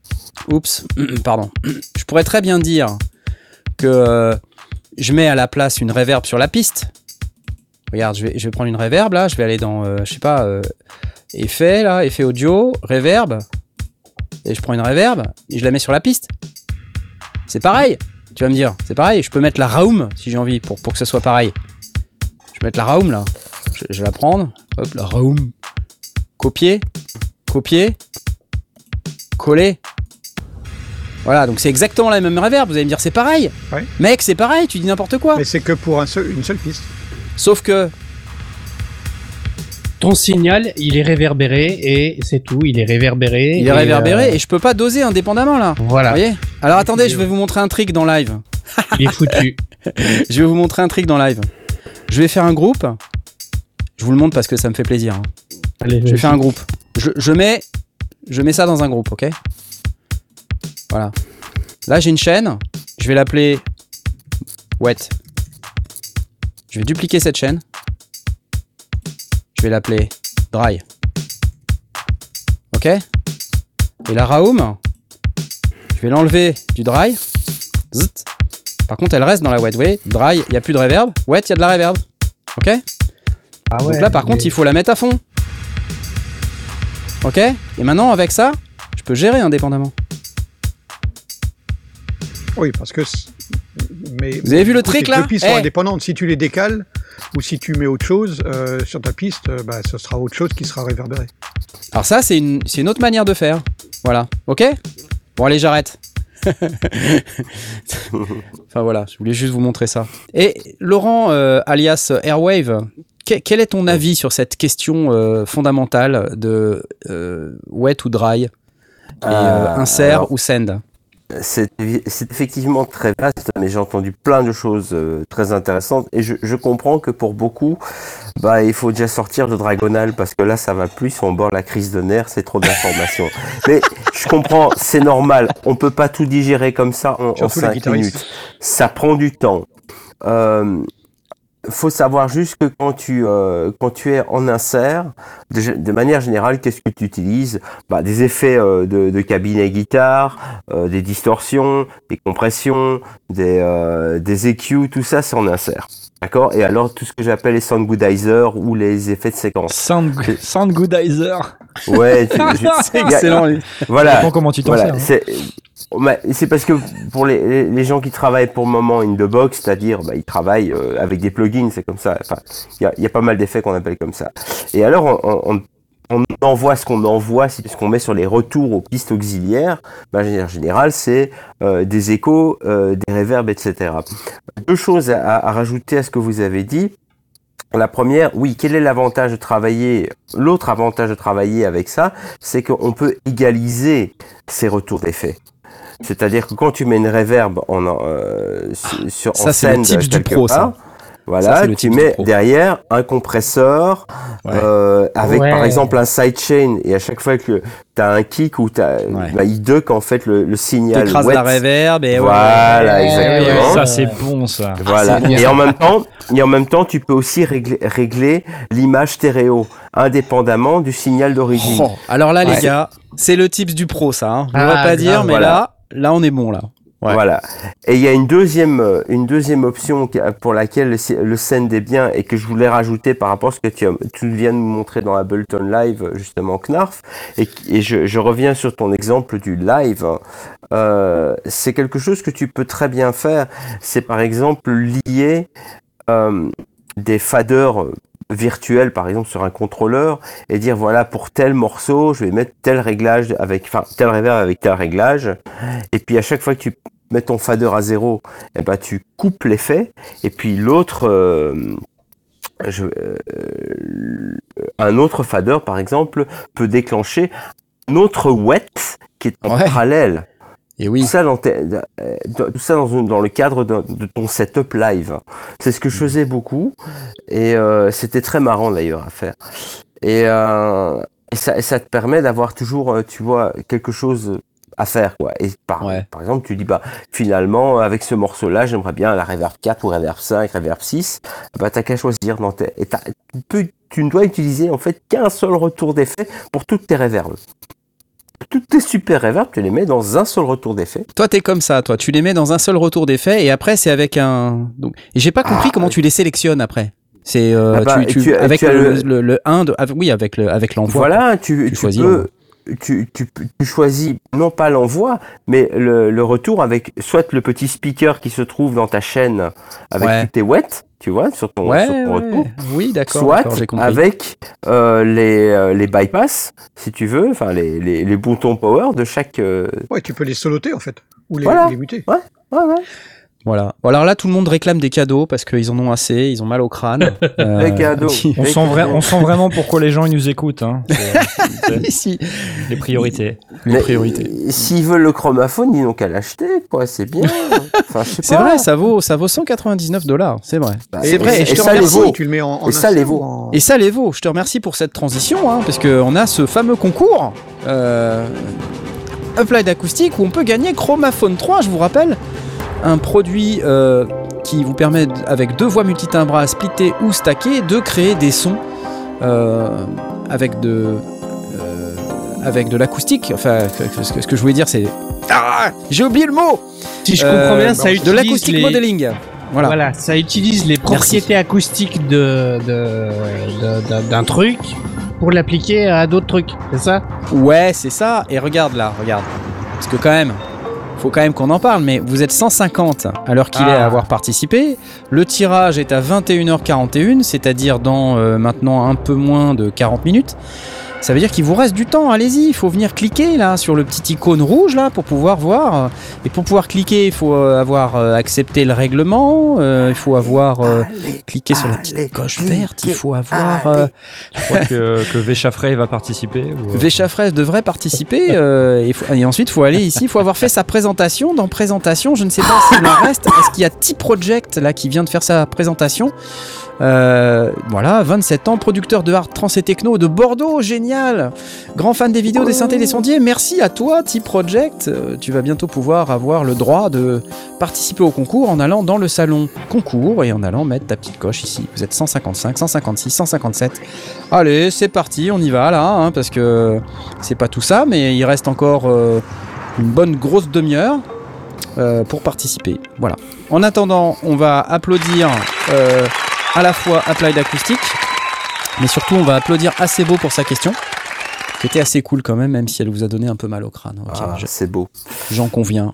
Je pourrais très bien dire que je mets à la place une reverb sur la piste. Regarde, je vais prendre une reverb là, je vais aller dans, effet audio, reverb, et je prends une reverb et je la mets sur la piste. C'est pareil, tu vas me dire, c'est pareil, je peux mettre la Raum si j'ai envie pour que ce soit pareil. Je vais mettre la Raum là, je vais la prendre, hop, la Raum, copier, coller. Voilà, donc c'est exactement la même reverb, vous allez me dire c'est pareil. Ouais. Mec, c'est pareil, tu dis n'importe quoi. Mais c'est que pour une seule piste. Sauf que ton signal, il est réverbéré et c'est tout, il est réverbéré. Et je peux pas doser indépendamment là. Voilà. Vous voyez ? Alors attendez, je vais vous montrer un trick dans live. Il est foutu. Je vais vous montrer un trick dans live. Je vais faire un groupe. Je vous le montre parce que ça me fait plaisir. Hein. Allez, je vais faire un groupe. Je mets ça dans un groupe, ok ? Voilà. Là, j'ai une chaîne. Je vais l'appeler Wet. Je vais dupliquer cette chaîne. Je vais l'appeler Dry. Ok ? Et la Raum, je vais l'enlever du Dry. Zzt. Par contre, elle reste dans la Wet. Vous voyez ? Dry, il n'y a plus de reverb. Wet, il y a de la reverb. Ok ? Ah ouais, donc là, par contre, il faut la mettre à fond. Ok ? Et maintenant, avec ça, je peux gérer indépendamment. Oui, parce que... Mais vous avez vu le trick là ? Les deux pistes sont indépendantes. Si tu les décales ou si tu mets autre chose sur ta piste, ce sera autre chose qui sera réverbéré. Alors ça, c'est une autre manière de faire. Voilà. Ok ? Bon, allez, j'arrête. Enfin voilà, je voulais juste vous montrer ça. Et Laurent, alias Airwave, quel est ton avis sur cette question fondamentale de wet ou dry et insert ou send ? c'est effectivement très vaste, mais j'ai entendu plein de choses très intéressantes et je comprends que pour beaucoup, il faut déjà sortir de Dragonal parce que là ça va plus, ils sont au bord de la crise de nerfs, c'est trop d'informations. Mais je comprends, c'est normal, on peut pas tout digérer comme ça en 5 minutes. Ça prend du temps. Faut savoir juste que quand tu es en insert, de manière générale, qu'est-ce que tu utilises ? Des effets de cabinet guitare, des distorsions, des compressions, des EQ, tout ça c'est en insert. D'accord ? Et alors tout ce que j'appelle les sound goodizers ou les effets de séquence. Sound goodizer. Ouais, c'est excellent. Voilà. Je comprends comment tu t'en sers. C'est parce que pour les gens qui travaillent pour le moment in the box, c'est-à-dire ils travaillent avec des plugins, c'est comme ça. Enfin, il y a pas mal d'effets qu'on appelle comme ça. Et alors on envoie ce qu'on envoie, ce qu'on met sur les retours aux pistes auxiliaires. En général, c'est des échos, des reverbs, etc. Deux choses à rajouter à ce que vous avez dit. La première, oui, quel est l'avantage de travailler ? L'autre avantage de travailler avec ça, c'est qu'on peut égaliser ces retours d'effets. C'est-à-dire que quand tu mets une reverb en scène c'est le tips du pro, ça. Voilà, tu mets derrière un compresseur avec par exemple un sidechain et à chaque fois que tu as un kick ou il duck en fait le signal. T'écrases la reverb et voilà, exactement. Ça c'est bon ça. Voilà. Et en même temps, tu peux aussi régler l'image stéréo indépendamment du signal d'origine. Alors là les gars, c'est le tips du pro ça. On ne va pas dire, mais là on est bon là. Ouais. Voilà. Et il y a une deuxième option pour laquelle le Send est bien et que je voulais rajouter par rapport à ce que tu viens de nous montrer dans Ableton Live, justement, Knarf. Et je reviens sur ton exemple du live. C'est quelque chose que tu peux très bien faire. C'est par exemple lier des faders virtuel par exemple sur un contrôleur et dire voilà pour tel morceau je vais mettre tel réglage tel reverb avec tel réglage et puis à chaque fois que tu mets ton fader à 0 tu coupes l'effet et puis l'autre un autre fader par exemple peut déclencher un autre wet qui est en parallèle. Et oui. Tout ça dans le cadre de ton setup live. C'est ce que je faisais beaucoup et c'était très marrant d'ailleurs à faire. Et ça te permet d'avoir toujours, tu vois, quelque chose à faire quoi. Et par exemple, tu dis finalement avec ce morceau-là, j'aimerais bien la reverb 4 ou reverb 5, reverb 6. T'as qu'à choisir tu ne dois utiliser en fait qu'un seul retour d'effet pour toutes tes reverbs. Toutes tes super reverbs, tu les mets dans un seul retour d'effet. Toi, t'es comme ça, toi. Tu les mets dans un seul retour d'effet et après, c'est avec un. Donc... Et j'ai pas compris comment tu les sélectionnes après. C'est avec le 1 avec l'envoi. Voilà, tu choisis. Tu choisis non pas l'envoi, mais le retour avec soit le petit speaker qui se trouve dans ta chaîne avec tous tes wets, tu vois, sur ton retour. Oui, d'accord. Soit j'ai compris. Avec les bypass, si tu veux, enfin les boutons power de chaque. Ouais, tu peux les soloter en fait, ou les muter. Ouais. Voilà. Alors là, tout le monde réclame des cadeaux parce qu'ils en ont assez, ils ont mal au crâne. Les cadeaux. On sent vraiment pourquoi les gens ils nous écoutent. Hein. Si. Les priorités. S'ils veulent le chromaphone, ils n'ont qu'à l'acheter, quoi. C'est bien. Enfin, je sais c'est pas. Vrai, ça vaut $199. C'est vrai. C'est vrai. Et je te remercie. Tu le mets en et ça les vaut. Et ça les vaut. Je te remercie pour cette transition, hein, parce que on a ce fameux concours. Applied Acoustic où on peut gagner Chromaphone 3, je vous rappelle. Un produit qui vous permet, avec 2 voix multitimbres splittées ou stackées, de créer des sons avec de l'acoustique. Enfin, ce que je voulais dire, c'est... j'ai oublié le mot. Si je comprends bien, ça utilise de l'acoustic modeling. Voilà, ça utilise les propriétés acoustiques d'un truc pour l'appliquer à d'autres trucs, c'est ça ? Ouais, c'est ça. Et regarde. Parce que quand même... faut quand même qu'on en parle, mais vous êtes 150 à l'heure qu'il est à avoir participé. Le tirage est à 21h41, c'est-à-dire dans maintenant un peu moins de 40 minutes. Ça veut dire qu'il vous reste du temps, allez-y, il faut venir cliquer là sur le petit icône rouge là pour pouvoir voir. Et pour pouvoir cliquer, il faut avoir accepté le règlement, il faut avoir cliqué sur la petite coche verte, il faut avoir... Je crois que Véchafray va participer. Véchafray devrait participer et ensuite il faut aller ici, il faut avoir fait sa présentation. Dans présentation, je ne sais pas s'il en reste, est-ce qu'il y a T-Project là qui vient de faire sa présentation? Voilà, 27 ans, producteur de hard trance et techno de Bordeaux, génial, grand fan des vidéos, des synthés, des sondiers. Merci à toi T-Project, tu vas bientôt pouvoir avoir le droit de participer au concours en allant dans le salon concours et en allant mettre ta petite coche ici. Vous êtes 155, 156, 157. Allez, c'est parti, on y va là, hein, parce que c'est pas tout ça, mais il reste encore une bonne grosse demi-heure pour participer. Voilà. En attendant, on va applaudir à la fois Applied Acoustic, mais surtout on va applaudir Assez Beau pour sa question, qui était assez cool quand même si elle vous a donné un peu mal au crâne. Okay, c'est beau. J'en conviens.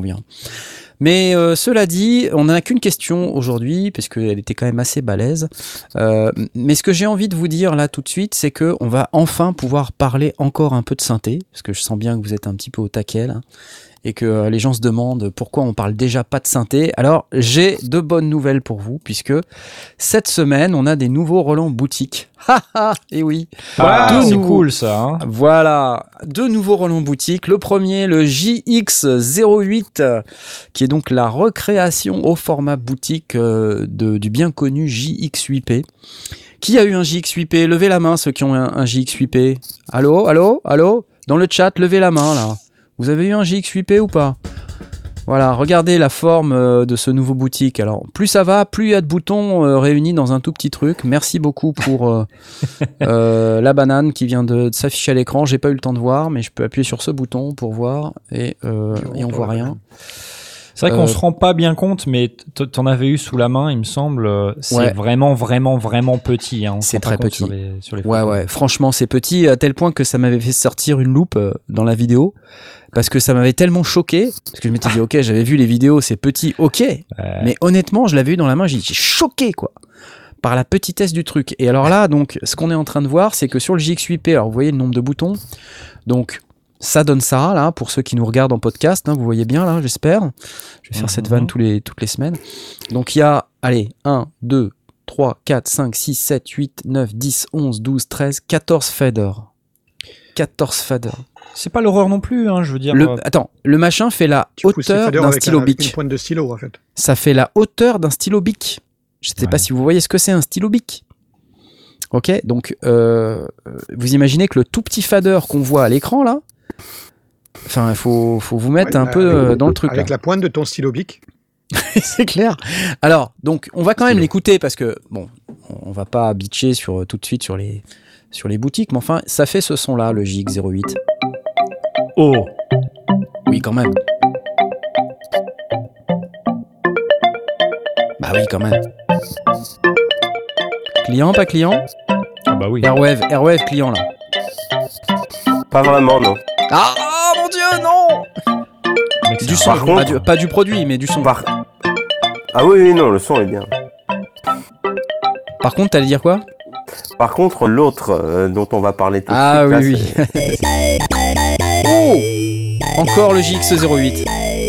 Mais cela dit, on n'a qu'une question aujourd'hui, parce qu'elle était quand même assez balèze. Mais ce que j'ai envie de vous dire là tout de suite, c'est qu'on va enfin pouvoir parler encore un peu de synthé, parce que je sens bien que vous êtes un petit peu au taquet là, et que les gens se demandent pourquoi on parle déjà pas de synthé. Alors j'ai de bonnes nouvelles pour vous, puisque cette semaine on a des nouveaux Roland boutique. Et oui, c'est cool ça, hein. Voilà, deux nouveaux Roland boutique. Le premier, le JX08, qui est donc la recréation au format boutique du bien connu JX8P. Qui a eu un JX8P? Levez la main ceux qui ont un JX8P. Allô dans le chat, levez la main là. Vous avez eu un JX8P ou pas? Voilà, regardez la forme de ce nouveau boutique. Alors, plus ça va, plus il y a de boutons réunis dans un tout petit truc. Merci beaucoup pour la banane qui vient de s'afficher à l'écran. J'ai pas eu le temps de voir, mais je peux appuyer sur ce bouton pour voir et on voit rien. C'est vrai qu'on se rend pas bien compte, mais t'en avais eu sous la main, il me semble. C'est vraiment petit. Hein. C'est très petit. Sur les ouais. Franchement, c'est petit à tel point que ça m'avait fait sortir une loupe dans la vidéo. Parce que ça m'avait tellement choqué. Parce que je m'étais dit, ok, j'avais vu les vidéos, c'est petit, ok. Mais honnêtement, je l'avais eu dans la main, j'ai choqué, quoi. Par la petitesse du truc. Et alors là, donc, ce qu'on est en train de voir, c'est que sur le JX8P, alors vous voyez le nombre de boutons. Donc, ça donne ça, là, pour ceux qui nous regardent en podcast, hein, vous voyez bien, là, j'espère. Je vais faire cette vanne toutes les semaines. Donc, il y a, allez, 1, 2, 3, 4, 5, 6, 7, 8, 9, 10, 11, 12, 13, 14 faders. 14 faders. C'est pas l'horreur non plus, hein, je veux dire. Attends, le machin fait la hauteur d'un stylo bic. Une pointe de stylo, en fait. Ça fait la hauteur d'un stylo bic. Je sais pas si vous voyez ce que c'est un stylo bic. Ok, donc vous imaginez que le tout petit fader qu'on voit à l'écran là, enfin, il faut vous mettre un peu dans le truc. Avec la pointe de ton stylo bic. C'est clair. Alors, donc, on va quand même l'écouter parce que, bon, on va pas bitcher tout de suite sur les boutiques, mais enfin, ça fait ce son-là, le JX08. Oh. Oui, quand même. Bah oui, quand même. Client, pas client? Ah bah oui. Airwave client, là. Pas vraiment, non. Ah, oh, mon Dieu, non! Du son, pas du produit, mais du son. Ah oui, non, le son est bien. Par contre, t'allais dire quoi? Par contre, l'autre dont on va parler tout de suite. Ah oui. Oh, encore le JX08.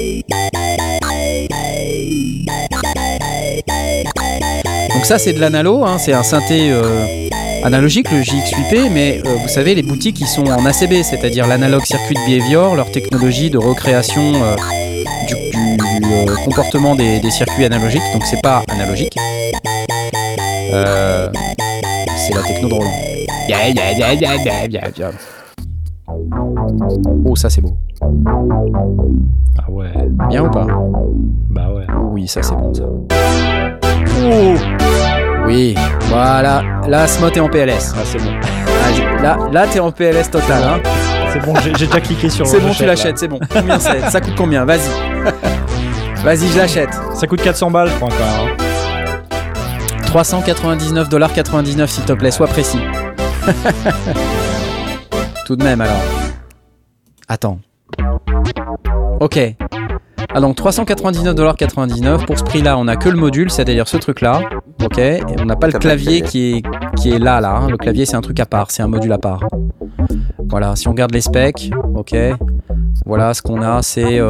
Donc ça, c'est de l'analo, hein, c'est un synthé analogique, le JX8P, mais vous savez, les boutiques, ils sont en ACB, c'est-à-dire l'Analog Circuit Behavior, leur technologie de recréation du comportement des circuits analogiques, donc c'est pas analogique. C'est la techno de Roland. Oh, ça c'est beau. Ah ouais. Bien ou pas? Bah ouais. Oui, ça c'est bon ça. Oh oui, voilà. Là, Smot est en PLS. Ah, c'est bon. Là t'es en PLS total. Hein. C'est bon, j'ai déjà cliqué sur. C'est bon, tu l'achètes, c'est bon. Combien c'est? Ça coûte combien? Vas-y. Vas-y, je l'achète. Ça coûte 400 balles, je crois encore. Hein. 399,99$ s'il te plaît, sois précis. Tout de même alors. Attends. Ok. Ah donc 399,99$. Pour ce prix-là, on n'a que le module, c'est-à-dire ce truc-là. Ok. Et on n'a pas le clavier qui qui est là, hein. Le clavier, c'est un truc à part, c'est un module à part. Voilà, si on regarde les specs, ok. Voilà, ce qu'on a, c'est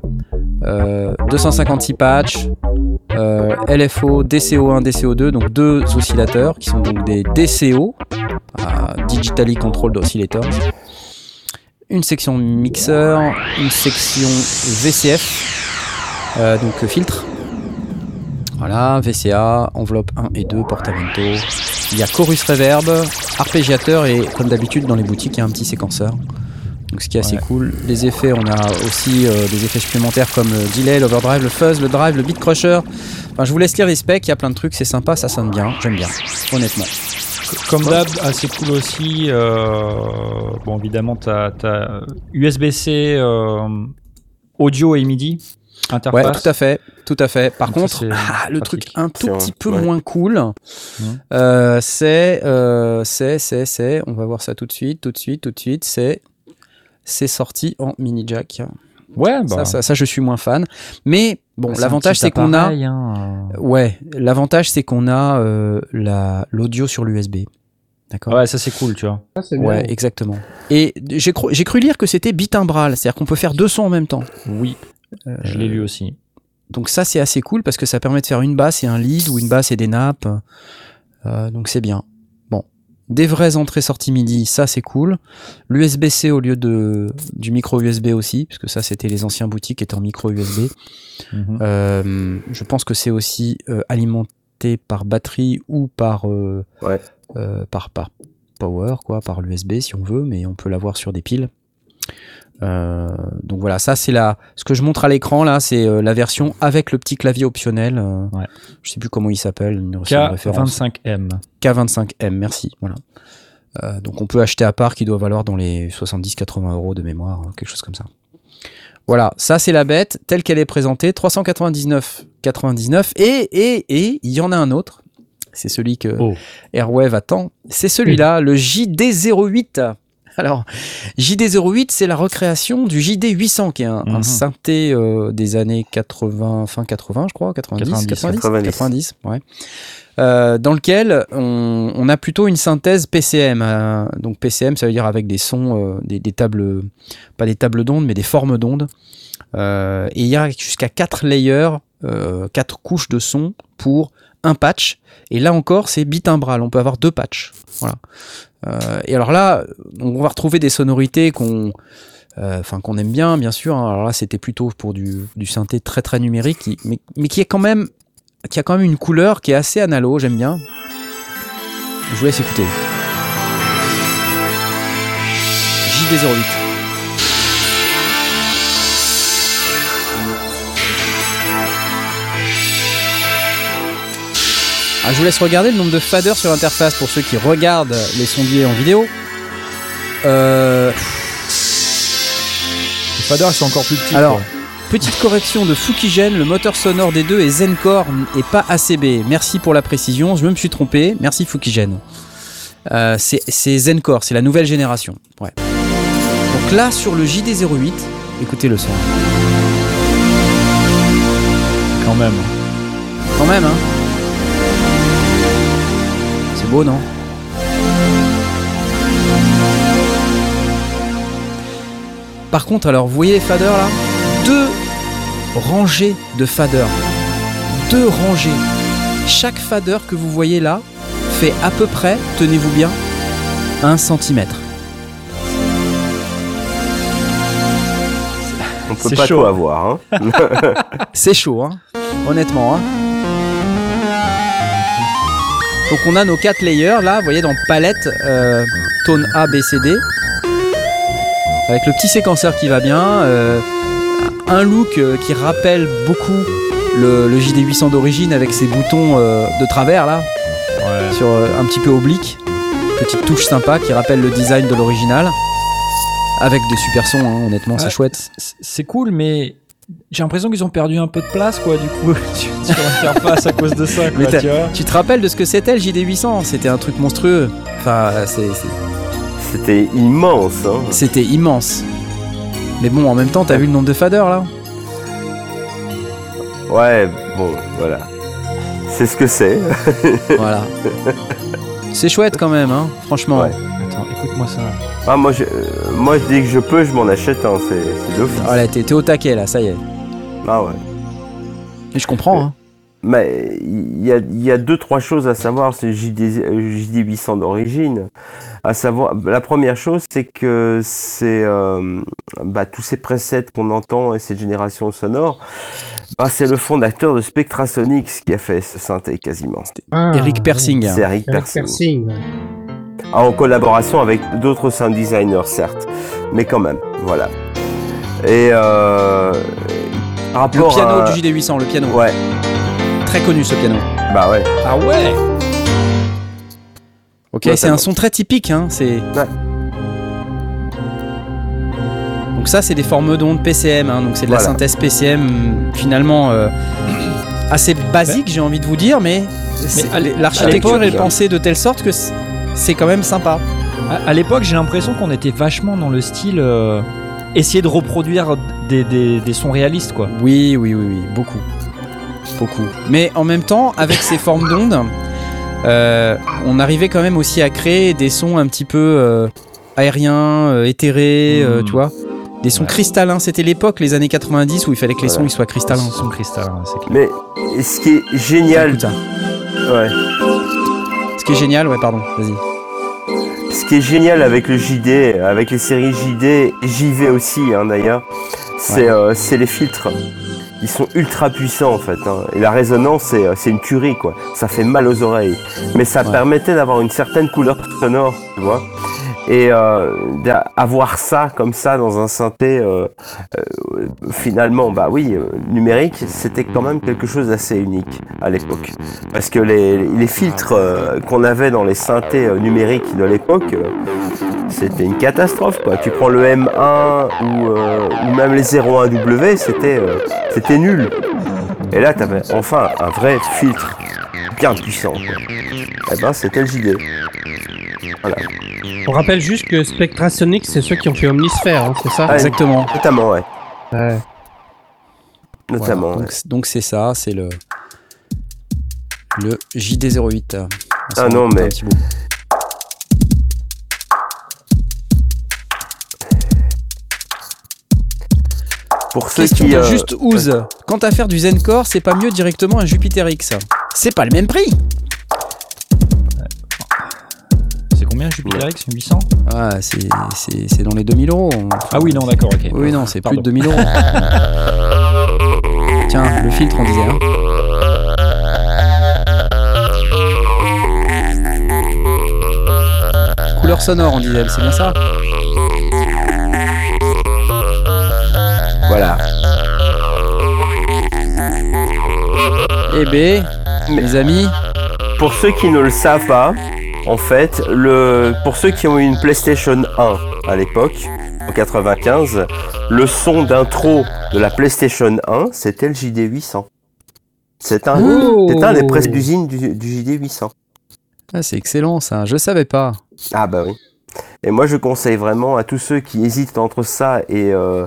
256 patchs, LFO, DCO1, DCO2, donc 2 oscillateurs qui sont donc des DCO, Digitally Controlled Oscillators. Une section mixeur, une section VCF, donc filtre. Voilà, VCA, enveloppe 1 et 2, portamento. Il y a chorus reverb, arpégiateur et comme d'habitude dans les boutiques, il y a un petit séquenceur. Donc ce qui est assez cool. Les effets, on a aussi des effets supplémentaires comme le delay, l'overdrive, le fuzz, le drive, le beat crusher. Enfin, je vous laisse lire les specs, il y a plein de trucs, c'est sympa, ça sonne bien, j'aime bien, honnêtement. Comme d'hab, assez cool aussi. Bon, évidemment, t'as USB-C, audio et MIDI. Interface. Ouais, tout à fait. Par contre, le truc un tout petit peu moins cool, c'est, on va voir ça tout de suite, c'est sorti en mini jack. Ouais, bah. Ça, je suis moins fan. Mais bon, l'avantage c'est qu'on a, l'avantage c'est qu'on a l'audio sur l'USB. D'accord. Ouais, ça c'est cool, tu vois. Ça, c'est bien. Ouais, exactement. Et j'ai cru lire que c'était bitimbral, c'est-à-dire qu'on peut faire 2 sons en même temps. Oui. Je l'ai lu aussi. Donc ça c'est assez cool parce que ça permet de faire une basse et un lead ou une basse et des nappes. Donc c'est bien. Bon, des vraies entrées-sorties MIDI, ça c'est cool. L'USB-C au lieu du micro USB aussi, parce que ça c'était les anciens boutiques qui étaient en micro USB. Je pense que c'est aussi alimenté par batterie ou par power, quoi, par l'USB si on veut, mais on peut l'avoir sur des piles. Donc voilà, ça c'est ce que je montre à l'écran là, c'est la version avec le petit clavier optionnel. Je sais plus comment il s'appelle. K25M. K25M, merci. Voilà. Donc on peut acheter à part, qui doit valoir dans les 70-80 € de mémoire, quelque chose comme ça. Voilà, ça c'est la bête telle qu'elle est présentée, 399,99 et il y en a un autre. C'est celui que Airwave attend. C'est celui-là, le JD08. Alors, JD08, c'est la recréation du JD800, qui est un synthé des années 80, fin 80, je crois, 90, ouais. Dans lequel on a plutôt une synthèse PCM. Donc PCM, ça veut dire avec des sons, des tables, pas des tables d'ondes, mais des formes d'ondes. Et il y a jusqu'à 4 layers, 4 couches de son pour un patch. Et là encore, c'est bitimbral. On peut avoir 2 patchs. Voilà. Et alors là, on va retrouver des sonorités qu'on aime bien sûr. Alors là, c'était plutôt pour du synthé très très numérique, mais qui a quand même une couleur qui est assez analo. J'aime bien. Je vous laisse écouter. JD08. Je vous laisse regarder le nombre de faders sur l'interface pour ceux qui regardent les sondiers en vidéo. Les faders ils sont encore plus petits. Alors, petite correction de Fukigen, le moteur sonore des deux est Zencore et pas ACB. Merci pour la précision, je me suis trompé. Merci Fukigen. C'est Zencore, c'est la nouvelle génération. Ouais. Donc là, sur le JD08, écoutez le son. Quand même, hein. C'est beau, non ? Par contre, alors, vous voyez les faders là ? 2 rangées de faders. 2 rangées. Chaque fader que vous voyez là fait à peu près, tenez-vous bien, 1 cm. On peut pas tout avoir, hein. C'est chaud, hein. Honnêtement, hein. Donc on a nos 4 layers là, vous voyez dans palette, tone A, B, C, D. Avec le petit séquenceur qui va bien, un look qui rappelle beaucoup le JD800 d'origine avec ses boutons de travers là, sur un petit peu oblique. Petite touche sympa qui rappelle le design de l'original. Avec des super sons, hein, honnêtement, c'est chouette. C'est cool, mais j'ai l'impression qu'ils ont perdu un peu de place, quoi, du coup, sur l'interface à cause de ça, quoi, tu te rappelles de ce que c'était le JD800 ? C'était un truc monstrueux. Enfin, C'était immense, hein. C'était immense. Mais bon, en même temps, t'as vu le nombre de faders, là ? Ouais, bon, voilà. C'est ce que c'est. Voilà. C'est chouette quand même, hein, franchement. Ouais. Attends, écoute-moi ça. Ah, moi, dès que je peux, je m'en achète un, c'est d'office. Voilà, t'es au taquet là, ça y est. Ah ouais. Et je comprends, hein. Mais il y a 2-3 choses à savoir sur le JD 800 d'origine. À savoir, la première chose, c'est que c'est tous ces presets qu'on entend et cette génération sonore, c'est le fondateur de Spectrasonics qui a fait ce synthé quasiment. Eric Persing. C'est Eric Persing. Persing. En collaboration avec d'autres sound designers, certes, mais quand même, voilà. Et par rapport le piano du JD800, le piano. Ouais. Très connu ce piano. Bah ouais. Ah ouais. Ok, Ouais, c'est un son très typique, hein. C'est. Ouais. Donc ça, c'est des formes d'ondes PCM, hein. Donc c'est de la Voilà. synthèse PCM finalement assez basique, j'ai envie de vous dire, mais l'architecture est pensée de telle sorte que c'est quand même sympa. À l'époque, j'ai l'impression qu'on était vachement dans le style essayer de reproduire des sons réalistes, quoi. Oui, beaucoup. Mais en même temps, avec ces formes d'ondes, on arrivait quand même aussi à créer des sons un petit peu aériens, éthérés, tu vois. Des sons cristallins. C'était l'époque, les années 90, où il fallait que les sons ils soient cristallins. Son cristallin, c'est clair. Mais ce qui est génial, Écoute ça. ouais. Ce qui est génial, ouais, pardon, vas-y. Ce qui est génial avec le JD, avec les séries JD et JV aussi, hein, d'ailleurs, c'est les filtres. Ils sont ultra puissants en fait, hein. Et la résonance c'est une tuerie quoi. Ça fait mal aux oreilles, mais ça permettait d'avoir une certaine couleur sonore, tu vois. Et avoir ça comme ça dans un synthé, finalement, numérique, c'était quand même quelque chose d'assez unique à l'époque. Parce que les filtres qu'on avait dans les synthés numériques de l'époque, c'était une catastrophe quoi. Tu prends le M1 ou même les 01W, c'était nul. Et là, t'avais enfin un vrai filtre bien puissant, quoi. Et ben, c'était le JD. Voilà. On rappelle juste que Spectrasonics, c'est ceux qui ont fait Omnisphere, hein, c'est ça? Ah, Exactement. Notamment, ouais. Ouais. Notamment. Voilà, Ouais. donc c'est ça, c'est le JD08. Ah non, mais- Un petit bout. Pour ceux Question qui de Juste Ouz. Quant à faire du Zencore, c'est pas mieux directement un Jupiter X? C'est pas le même prix. C'est combien Jupiter X? 800? Ah, c'est dans les 2000 €. Ah oui, non, d'accord, ok. Oui, non, c'est plus de Pardon. 2000 €. Tiens, le filtre, on disait. Hein. Couleur sonore, on disait, c'est bien ça? Voilà. Eh ben, mes amis, Pour ceux qui ne le savent pas, en fait, pour ceux qui ont eu une PlayStation 1 à l'époque, en 95, le son d'intro de la PlayStation 1, c'était le JD800. C'est un des presses d'usine du JD800. ah, c'est excellent ça, je savais pas. Ah bah oui. Et moi je conseille vraiment à tous ceux qui hésitent entre ça et un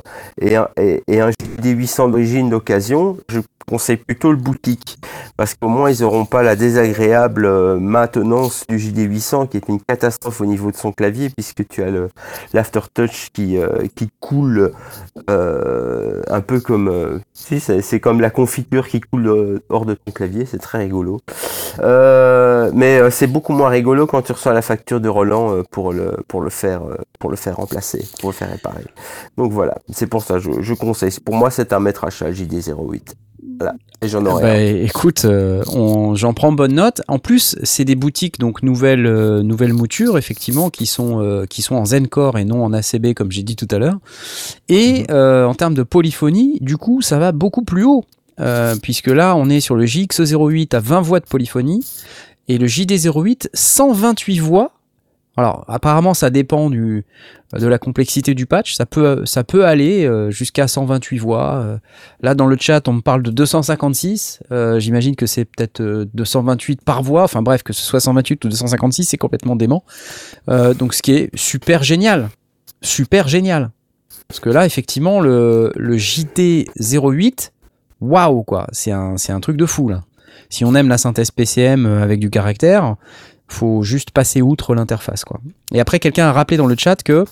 JD800 d'origine d'occasion, je conseille plutôt le boutique. Parce qu'au moins ils n'auront pas la désagréable maintenance du JD800 qui est une catastrophe au niveau de son clavier puisque tu as l'aftertouch qui coule un peu comme... c'est comme la confiture qui coule hors de ton clavier, c'est très rigolo. Mais c'est beaucoup moins rigolo quand tu reçois la facture de Roland pour le faire remplacer, pour le faire réparer. Donc voilà, c'est pour ça je conseille. Pour moi, c'est un maître achat JD08. Voilà, et j'en aurai. Bah, écoute, j'en prends bonne note. En plus, c'est des boutiques donc nouvelles moutures effectivement qui sont en Zencore et non en ACB comme j'ai dit tout à l'heure. Et en termes de polyphonie, du coup, ça va beaucoup plus haut. Puisque là, on est sur le JX08 à 20 voix de polyphonie et le JD08 128 voix. Alors, apparemment, ça dépend de la complexité du patch. Ça peut aller jusqu'à 128 voix. Là, dans le chat, on me parle de 256. J'imagine que c'est peut-être 228 par voix. Enfin bref, que ce soit 128 ou 256, c'est complètement dément. Donc, ce qui est super génial. Super génial. Parce que là, effectivement, le JD08, waouh, quoi. C'est un truc de fou, là. Si on aime la synthèse PCM avec du caractère... faut juste passer outre l'interface, quoi. Et après, quelqu'un a rappelé dans le chat qu'il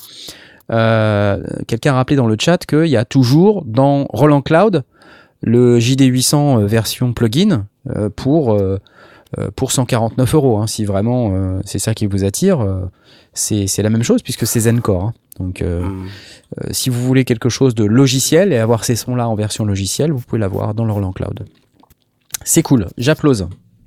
y a toujours dans Roland Cloud le JD800 version plugin pour 149 €. Hein, si vraiment c'est ça qui vous attire, c'est la même chose puisque c'est Zencore. Hein. Donc, si vous voulez quelque chose de logiciel et avoir ces sons-là en version logicielle, vous pouvez l'avoir dans le Roland Cloud. C'est cool, j'applause.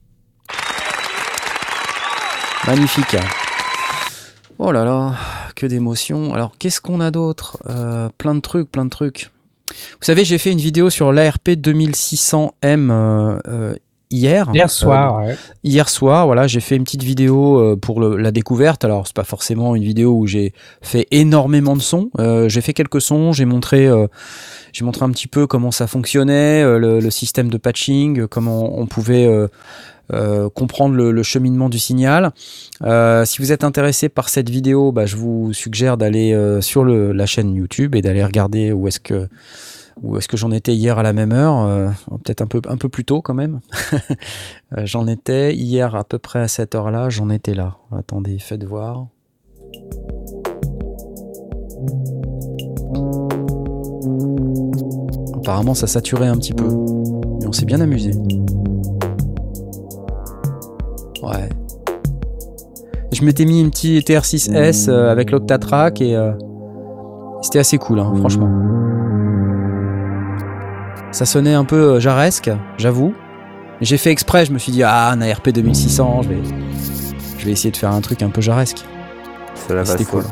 Magnifique. Oh là là, que d'émotions. Alors, qu'est-ce qu'on a d'autre ? Plein de trucs. Vous savez, j'ai fait une vidéo sur l'ARP 2600M hier soir. Hier soir, voilà, j'ai fait une petite vidéo pour la découverte. Alors, c'est pas forcément une vidéo où j'ai fait énormément de sons. J'ai fait quelques sons, j'ai montré un petit peu comment ça fonctionnait, le système de patching, comment on pouvait comprendre le cheminement du signal. Si vous êtes intéressé par cette vidéo, je vous suggère d'aller sur la chaîne YouTube et d'aller regarder où est-ce que j'en étais hier à la même heure, peut-être un peu plus tôt quand même. J'en étais hier à peu près à cette heure-là, j'en étais là. Attendez, faites voir. Apparemment ça saturait un petit peu, mais on s'est bien amusé. Ouais. Je m'étais mis une petite TR6S avec l'Octatrack et c'était assez cool, hein, franchement. Ça sonnait un peu jaresque, j'avoue. J'ai fait exprès, je me suis dit, un ARP 2600, je vais essayer de faire un truc un peu jaresque. C'était cool.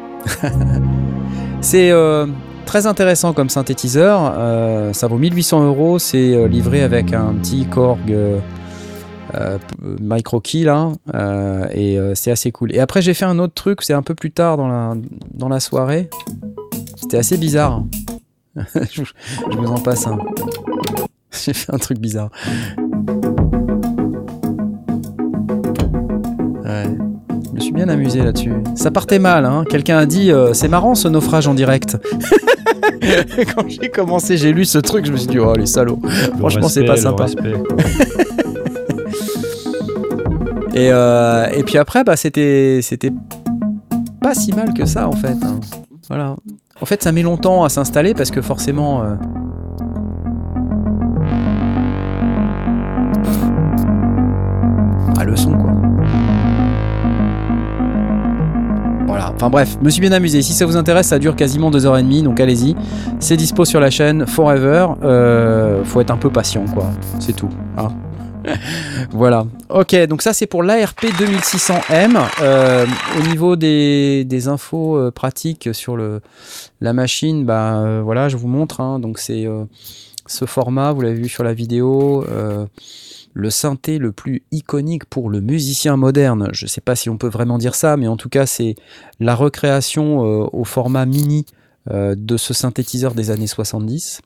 C'est très intéressant comme synthétiseur. Ça vaut 1800 €. C'est livré avec un petit Korg micro key là, et c'est assez cool. Et après, j'ai fait un autre truc, c'est un peu plus tard dans la soirée. C'était assez bizarre. Je vous en passe un. J'ai fait un truc bizarre. Ouais. Je me suis bien amusé là-dessus. Ça partait mal, hein. Quelqu'un a dit c'est marrant ce naufrage en direct. Quand j'ai commencé, j'ai lu ce truc, je me suis dit oh les salauds. Franchement, c'est pas sympa. Et puis après, c'était pas si mal que ça en fait. Hein. Voilà. En fait, ça met longtemps à s'installer parce que forcément. Le son quoi. Voilà, enfin bref, me suis bien amusé. Si ça vous intéresse, ça dure quasiment 2h30, donc allez-y. C'est dispo sur la chaîne Forever. Faut être un peu patient quoi, c'est tout. Hein. Voilà, ok, donc ça c'est pour l'ARP 2600M. Au niveau des infos pratiques sur la machine, voilà, je vous montre. Hein, donc c'est ce format, vous l'avez vu sur la vidéo. Le synthé le plus iconique pour le musicien moderne, je ne sais pas si on peut vraiment dire ça, mais en tout cas c'est la recréation au format mini de ce synthétiseur des années 70,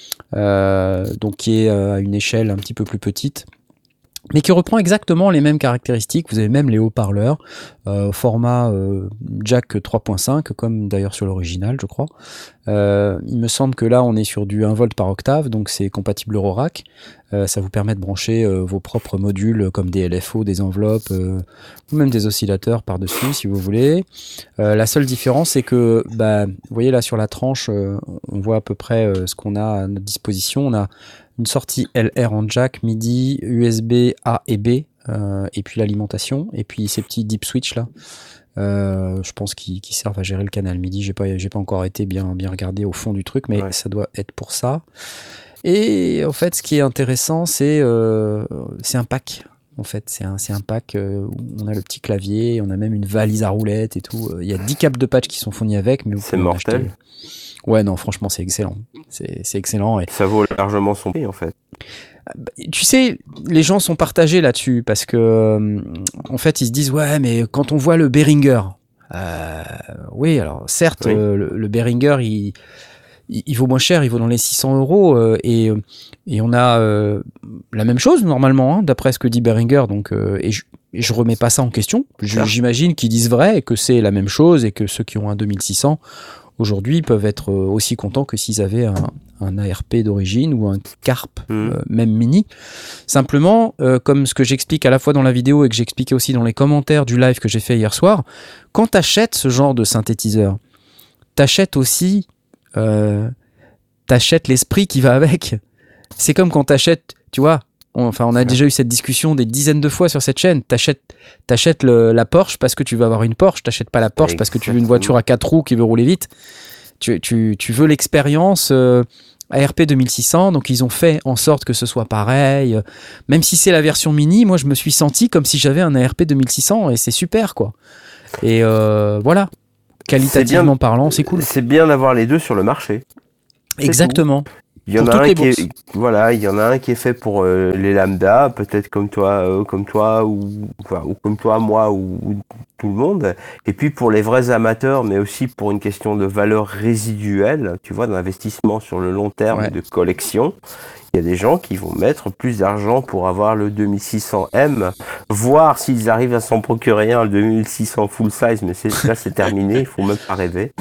donc qui est à une échelle un petit peu plus petite, mais qui reprend exactement les mêmes caractéristiques. Vous avez même les haut-parleurs, format jack 3.5, comme d'ailleurs sur l'original, je crois. Il me semble que là, on est sur du 1 volt par octave, donc c'est compatible Eurorack. Ça vous permet de brancher vos propres modules, comme des LFO, des enveloppes, ou même des oscillateurs par-dessus, si vous voulez. La seule différence, c'est que, vous voyez là, sur la tranche, on voit à peu près ce qu'on a à notre disposition. On a une sortie LR en jack, MIDI, USB A et B, et puis l'alimentation, et puis ces petits deep switch là, je pense qu'ils servent à gérer le canal MIDI. J'ai pas encore été bien regardé au fond du truc, mais ouais, ça doit être pour ça. Et en fait, ce qui est intéressant, c'est un pack. En fait, c'est un pack où on a le petit clavier, on a même une valise à roulettes et tout. Il y a 10 câbles de patch qui sont fournis avec, mais c'est mortel. Ouais, non, franchement, c'est excellent. C'est excellent. Et ça vaut largement son prix, en fait. Tu sais, les gens sont partagés là-dessus parce que, en fait, ils se disent ouais, mais quand on voit le Behringer, oui, alors certes, oui. Le Behringer, il vaut moins cher, il vaut dans les 600 €, et on a la même chose normalement, hein, d'après ce que dit Behringer. Donc, et je remets pas ça en question. J'imagine qu'ils disent vrai et que c'est la même chose et que ceux qui ont un 2600 aujourd'hui, ils peuvent être aussi contents que s'ils avaient un ARP d'origine ou un Carp, même mini. Simplement, comme ce que j'explique à la fois dans la vidéo et que j'expliquais aussi dans les commentaires du live que j'ai fait hier soir, quand tu achètes ce genre de synthétiseur, tu achètes aussi l'esprit qui va avec. C'est comme quand tu achètes, tu vois, on a déjà eu cette discussion des dizaines de fois sur cette chaîne. T'achètes la Porsche parce que tu veux avoir une Porsche. T'achètes pas la Porsche parce que tu veux une voiture à 4 roues qui veut rouler vite. Tu veux l'expérience ARP 2600. Donc ils ont fait en sorte que ce soit pareil. Même si c'est la version mini, moi je me suis senti comme si j'avais un ARP 2600 et c'est super quoi. Et voilà. Qualitativement parlant, c'est cool. C'est bien d'avoir les deux sur le marché. Exactement. Il y en a un qui est, voilà, il y en a un qui est fait pour les lambda, peut-être comme toi ou comme toi, moi ou tout le monde. Et puis pour les vrais amateurs, mais aussi pour une question de valeur résiduelle, tu vois, d'investissement sur le long terme, de collection. Il y a des gens qui vont mettre plus d'argent pour avoir le 2600M, voir s'ils arrivent à s'en procurer un, le 2600 full size, mais là c'est terminé, il faut même pas rêver.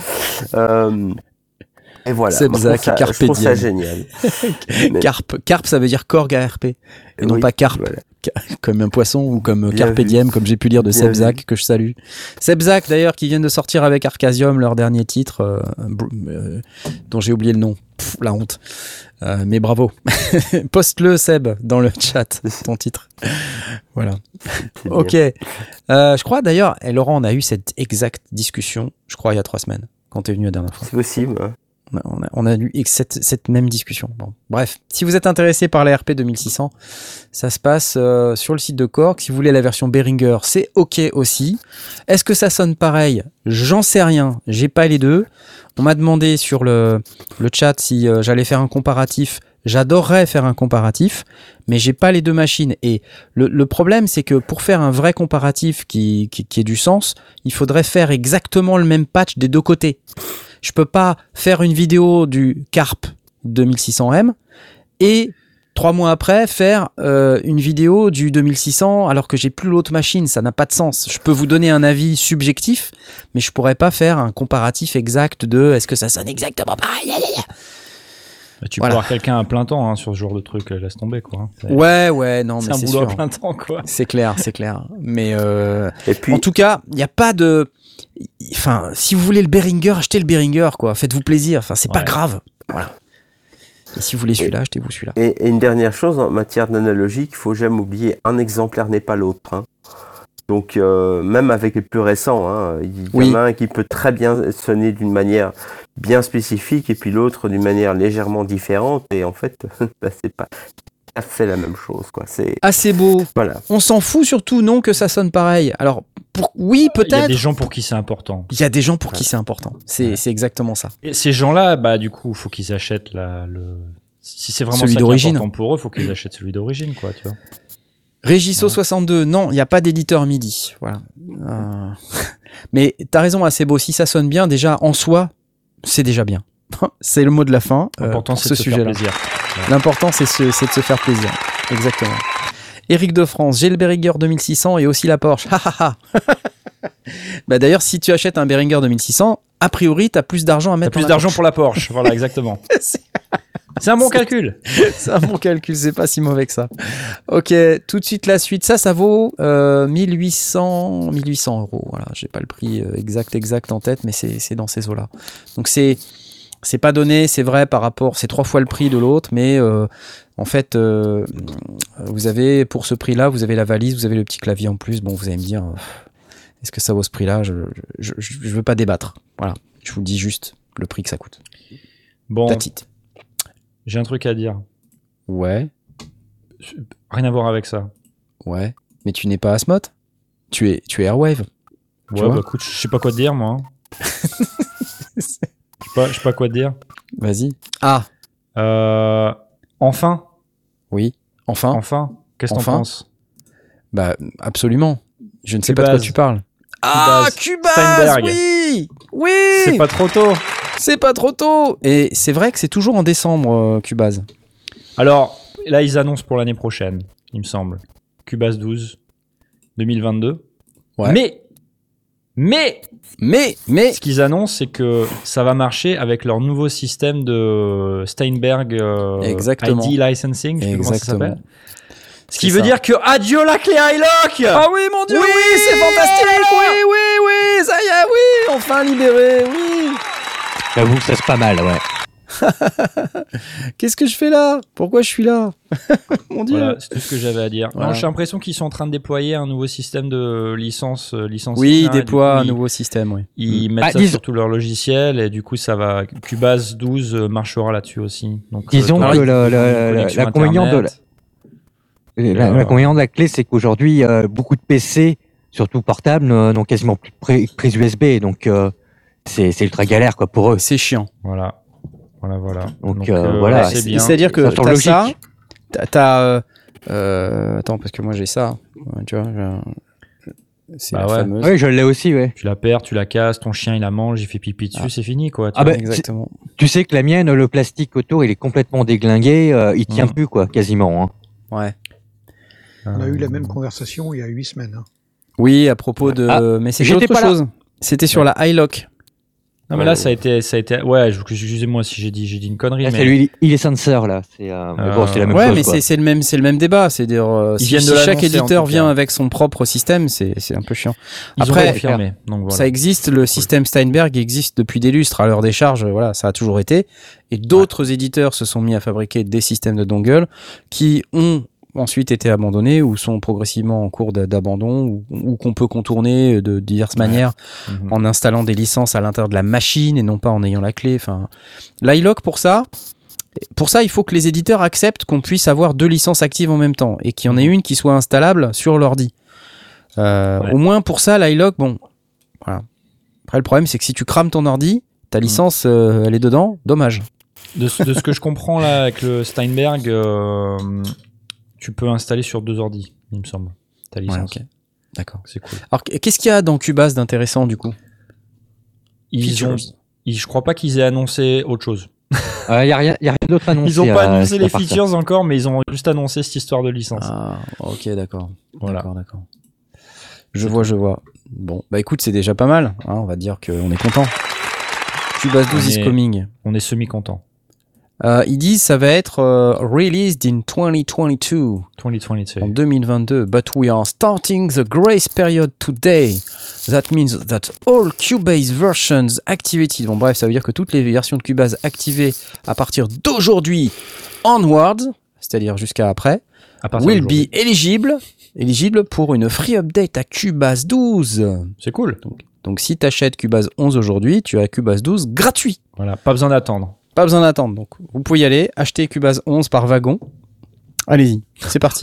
Et voilà, je trouve ça génial. Carp, ça veut dire Korg ARP, et non pas Carp, voilà. Comme un poisson ou comme Carpe Diem, comme j'ai pu lire de Sebzac, que je salue. Sebzac d'ailleurs, qui viennent de sortir avec Arcasium leur dernier titre, dont j'ai oublié le nom, la honte. Mais bravo. Poste-le Seb dans le chat, ton titre. Voilà. Ok. Je crois d'ailleurs, Laurent, on a eu cette exacte discussion, je crois il y a 3 semaines, quand t'es venu la dernière fois. C'est possible. On a eu cette même discussion. Bon. Bref, si vous êtes intéressé par la RP 2600, ça se passe sur le site de Korg. Si vous voulez la version Behringer, c'est OK aussi. Est-ce que ça sonne pareil ? J'en sais rien. J'ai pas les deux. On m'a demandé sur le chat si j'allais faire un comparatif. J'adorerais faire un comparatif, mais j'ai pas les deux machines. Et le problème, c'est que pour faire un vrai comparatif qui ait du sens, il faudrait faire exactement le même patch des deux côtés. Je peux pas faire une vidéo du Carp 2600M et 3 mois après faire une vidéo du 2600 alors que j'ai plus l'autre machine. Ça n'a pas de sens. Je peux vous donner un avis subjectif, mais je pourrais pas faire un comparatif exact de est-ce que ça sonne exactement pareil. Tu peux avoir quelqu'un à plein temps sur ce genre de truc, laisse tomber quoi. Ouais, non, mais c'est c'est un boulot sûr. à plein temps quoi. C'est clair. Mais et puis, en tout cas, il n'y a pas de. Enfin, si vous voulez le Behringer, achetez le Behringer quoi. Faites-vous plaisir. Enfin, c'est pas grave. Voilà. Et si vous voulez celui-là, achetez-vous celui-là. Et une dernière chose en matière d'analogique, il faut jamais oublier, un exemplaire n'est pas l'autre. Donc même avec les plus récents, il y en a un qui peut très bien sonner d'une manière bien spécifique et puis l'autre d'une manière légèrement différente et en fait c'est pas tout à fait la même chose quoi. C'est assez beau. Voilà. On s'en fout surtout non que ça sonne pareil. Alors oui peut-être. Il y a des gens pour qui c'est important. Il y a des gens pour qui c'est important. C'est exactement ça. Et ces gens-là, bah du coup, faut qu'ils achètent si c'est vraiment celui ça d'origine. Qui est important pour eux, faut qu'ils achètent celui d'origine quoi, tu vois. Régisso 62, non, il n'y a pas d'éditeur MIDI. Voilà. Mais t'as raison, assez beau. Si ça sonne bien, déjà en soi, c'est déjà bien. C'est le mot de la fin. L'important, c'est ce de se sujet-là. faire plaisir. L'important, c'est de se faire plaisir. Exactement. Éric de France, j'ai le Behringer 2600 et aussi la Porsche. Bah d'ailleurs, si tu achètes un Behringer 2600, a priori, t'as plus d'argent à mettre. T'as plus d'argent pour la Porsche. Voilà, exactement. C'est un bon calcul. C'est un bon calcul, c'est pas si mauvais que ça. Ok, tout de suite la suite. Ça vaut 1800 €. Voilà, j'ai pas le prix exact en tête, mais c'est dans ces eaux-là. Donc c'est pas donné, c'est vrai par rapport, c'est 3 fois le prix de l'autre, mais en fait, vous avez pour ce prix-là, vous avez la valise, vous avez le petit clavier en plus. Bon, vous allez me dire, est-ce que ça vaut ce prix-là ? Je veux pas débattre. Voilà, je vous dis juste le prix que ça coûte. Bon. That's it. J'ai un truc à dire. Ouais. Rien à voir avec ça. Ouais. Mais tu n'es pas Asmot ? Tu es Airwave. Ouais, bah écoute, je sais pas quoi te dire, moi. Je sais pas quoi te dire. Vas-y. Ah. Enfin. Oui. Enfin. Qu'est-ce que t'en penses ? Bah, absolument. Je ne sais Cubase. pas de quoi tu parles. Cubase, Steinberg. Oui. C'est pas trop tôt. C'est pas trop tôt. Et c'est vrai que c'est toujours en décembre, Cubase. Alors, là, ils annoncent pour l'année prochaine, il me semble. Cubase 12, 2022. Ouais. Mais ce qu'ils annoncent, c'est que ça va marcher avec leur nouveau système de Steinberg Exactement. ID licensing, je sais plus comment ça Exactement. s'appelle. Ce qui veut dire que adieu la clé iLock. Ah oui, mon Dieu, oui, c'est fantastique. Oui, ça y est, oui, enfin libéré, oui. J'avoue que ça c'est pas mal, ouais. Qu'est-ce que je fais là? Pourquoi je suis là? Mon Dieu. Voilà, c'est tout ce que j'avais à dire. Voilà. Non, j'ai l'impression qu'ils sont en train de déployer un nouveau système de licence. Oui, ils hein, et du déploient coup, un nouveau système, oui. Ils mettent ça sur tout leur logiciel et du coup ça va Cubase 12 marchera là-dessus aussi. Donc Disons t'auras que une connexion l'inconvénient Internet. l'inconvénient de la clé, c'est qu'aujourd'hui, beaucoup de PC, surtout portables, n'ont quasiment plus de prise USB, donc c'est ultra galère quoi pour eux. C'est chiant. Voilà. Donc, voilà, c'est bien. C'est-à-dire que Ça semble t'as logique. ça, t'as attends, parce que moi j'ai ça, tu vois, c'est Bah la ouais. fameuse. Oui, je l'ai aussi, ouais. Tu la perds, tu la casses, ton chien il la mange, il fait pipi dessus, c'est fini quoi. Tu Ah vois. bah, Exactement. Tu sais que la mienne, le plastique autour, il est complètement déglingué, il tient plus quoi, quasiment. Hein. Ouais. On a eu la même conversation il y a 8 semaines. Hein. Oui, à propos de. Mais c'était j'étais autre pas là. chose. C'était sur la iLock. Non mais là ça a été ouais, excusez-moi si j'ai dit une connerie Là, mais c'est lui, il est sensor là. C'est bon, c'est la même Ouais, chose. mais quoi. c'est le même débat. C'est-à-dire, Ils si viennent de chaque l'annoncer, en éditeur tout vient cas. avec son propre système, c'est un peu chiant. ils Après, ont confirmé. Donc voilà. Ça existe, le système Steinberg existe depuis des lustres à leur décharge, voilà, ça a toujours été. Et d'autres éditeurs se sont mis à fabriquer des systèmes de dongle qui ont ensuite été abandonnés ou sont progressivement en cours d'abandon ou qu'on peut contourner de diverses manières Mhm. en installant des licences à l'intérieur de la machine et non pas en ayant la clé. Enfin, l'iLock pour ça, il faut que les éditeurs acceptent qu'on puisse avoir 2 licences actives en même temps et qu'il y en ait une qui soit installable sur l'ordi. Au moins pour ça, l'iLock, bon, voilà. Après, le problème, c'est que si tu crames ton ordi, ta licence, elle est dedans, dommage. De ce que je comprends là avec le Steinberg, tu peux installer sur 2 ordi, il me semble, ta licence. Ouais, ok. D'accord. C'est cool. Alors, qu'est-ce qu'il y a dans Cubase d'intéressant, du coup? Je crois pas qu'ils aient annoncé autre chose. Y a rien d'autre annoncé. Ils ont pas annoncé à les part ça. features encore, mais ils ont juste annoncé cette histoire de licence. Ah, ok, d'accord. Voilà. D'accord. Je vois. Bon, bah écoute, c'est déjà pas mal. Hein, on va dire qu'on est content. Cubase 12 is coming. On est semi-content. Ils disent ça va être released in 2022. 2022. En 2022. But we are starting the grace period today. That means that all Cubase versions activated. Bon, bref, ça veut dire que toutes les versions de Cubase activées à partir d'aujourd'hui onwards, c'est-à-dire jusqu'à après, À partir will d'aujourd'hui. be éligible pour une free update à Cubase 12. C'est cool. Donc si tu achètes Cubase 11 aujourd'hui, tu as Cubase 12 gratuit. Voilà, pas besoin d'attendre. Pas besoin d'attendre. Donc vous pouvez y aller, acheter Cubase 11 par wagon. Allez-y, c'est parti.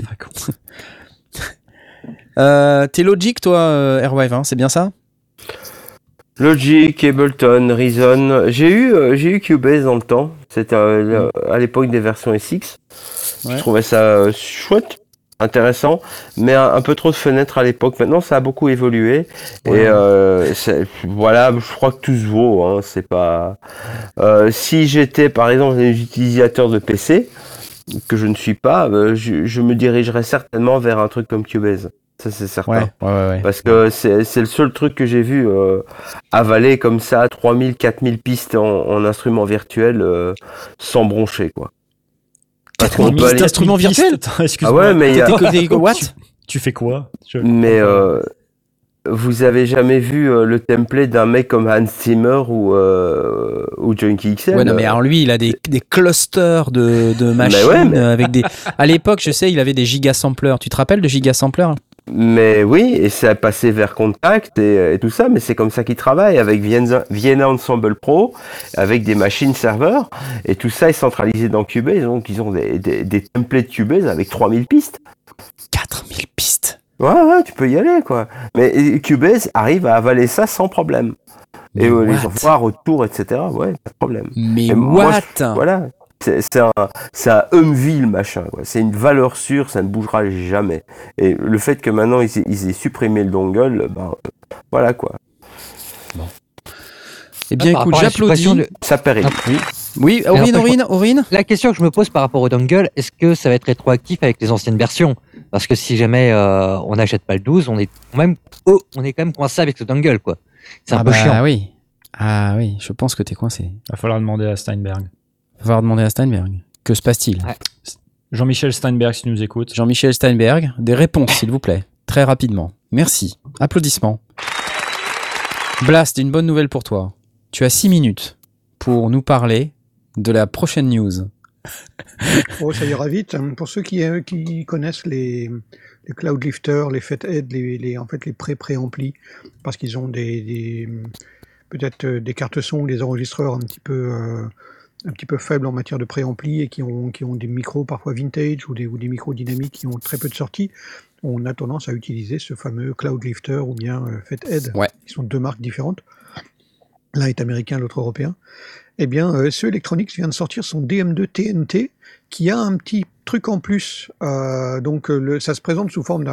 T'es Logic toi, Airwave, hein, c'est bien ça? Logic, Ableton, Reason. J'ai eu Cubase dans le temps. C'était à l'époque des versions SX. Ouais. Je trouvais ça chouette, intéressant, mais un peu trop de fenêtres à l'époque. Maintenant, ça a beaucoup évolué. Ouais. Et voilà, je crois que tout se vaut. Hein, c'est pas. Si j'étais, par exemple, un utilisateur de PC, que je ne suis pas, je me dirigerais certainement vers un truc comme Cubase. Ça, c'est certain. Ouais. Parce que c'est le seul truc que j'ai vu avaler comme ça 3000, 4000 pistes en instruments virtuels sans broncher, quoi. Parce qu'on peut aller... instrument virtuel. Attends, excuse-moi. Ah ouais, mais il y a... What? Tu fais quoi? Mais vous avez jamais vu le template d'un mec comme Hans Zimmer ou Junkie XL? Ouais, non, mais alors lui, il a des clusters de machines ouais, mais- avec des. À l'époque, je sais, il avait des gigasampleurs. Tu te rappelles de gigasampleurs? Mais oui, et ça a passé vers Contact et tout ça, mais c'est comme ça qu'ils travaillent, avec Vienna Ensemble Pro, avec des machines serveurs, et tout ça est centralisé dans Cubase, donc ils ont des templates Cubase avec 3000 pistes. 4000 pistes. Ouais, tu peux y aller, quoi. Mais Cubase arrive à avaler ça sans problème. Et What? les envois, retour, etc., ouais, pas de problème. Mais Et moi, what? Voilà. C'est un Humvee, le machin, quoi. C'est une valeur sûre, ça ne bougera jamais. Et le fait que maintenant ils aient supprimé le dongle, voilà, quoi. Eh bien, Par écoute, rapport à la suppression j'applaudis. de- Ça pérenne. Oui, Aurine. La question que je me pose par rapport au dongle, est-ce que ça va être rétroactif avec les anciennes versions? Parce que si jamais on n'achète pas le 12, on est quand même coincé avec ce dongle, quoi. C'est un peu chiant. Oui. Ah oui, je pense que t'es coincé. Va falloir demander à Steinberg. Va falloir demander à Steinberg. Que se passe-t-il? Jean-Michel Steinberg, si tu nous écoutes. Jean-Michel Steinberg, des réponses, s'il vous plaît. Très rapidement. Merci. Applaudissements. Blast, une bonne nouvelle pour toi. Tu as 6 minutes pour nous parler de la prochaine news. Oh, ça ira vite. Pour ceux qui connaissent les cloud lifters, les FetEd, en fait les préamplis, parce qu'ils ont peut-être des cartes son ou des enregistreurs un petit peu faibles en matière de préampli et qui ont des micros parfois vintage ou des micros dynamiques qui ont très peu de sorties, on a tendance à utiliser ce fameux cloud lifter ou bien FetEd, qui sont deux marques différentes. L'un est américain, l'autre européen. Eh bien, SE Electronics vient de sortir son DM2 TNT qui a un petit truc en plus. Donc, ça se présente sous forme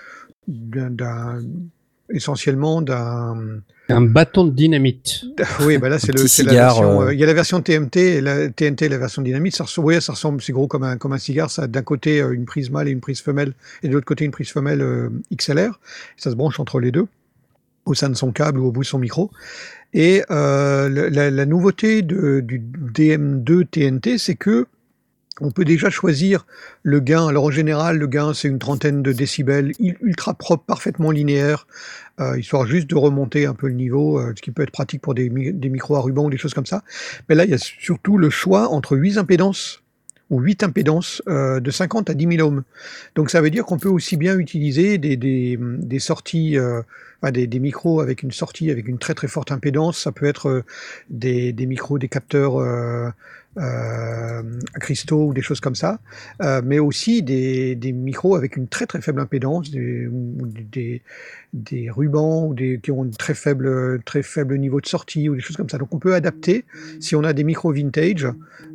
essentiellement d'un bâton de dynamite. Oui, bah là c'est la version. Il y a la version TNT et la TNT, la version dynamite. Ça ressemble, c'est gros comme un cigare. Ça a d'un côté une prise mâle et une prise femelle, et de l'autre côté une prise femelle XLR. Ça se branche entre les deux, au sein de son câble ou au bout de son micro. Et la nouveauté du DM2 TNT, c'est que on peut déjà choisir le gain. Alors en général, le gain c'est une trentaine de décibels, ultra propre, parfaitement linéaire, histoire juste de remonter un peu le niveau, ce qui peut être pratique pour des micros à ruban ou des choses comme ça. Mais là, il y a surtout le choix entre 8 impédances de 50 à 10 000 ohms. Donc ça veut dire qu'on peut aussi bien utiliser des sorties, des micros avec une sortie avec une très très forte impédance. Ça peut être des micros, des capteurs à cristaux ou des choses comme ça, mais aussi des micros avec une très très faible impédance, des rubans ou qui ont un très faible niveau de sortie ou des choses comme ça. Donc on peut adapter si on a des micros vintage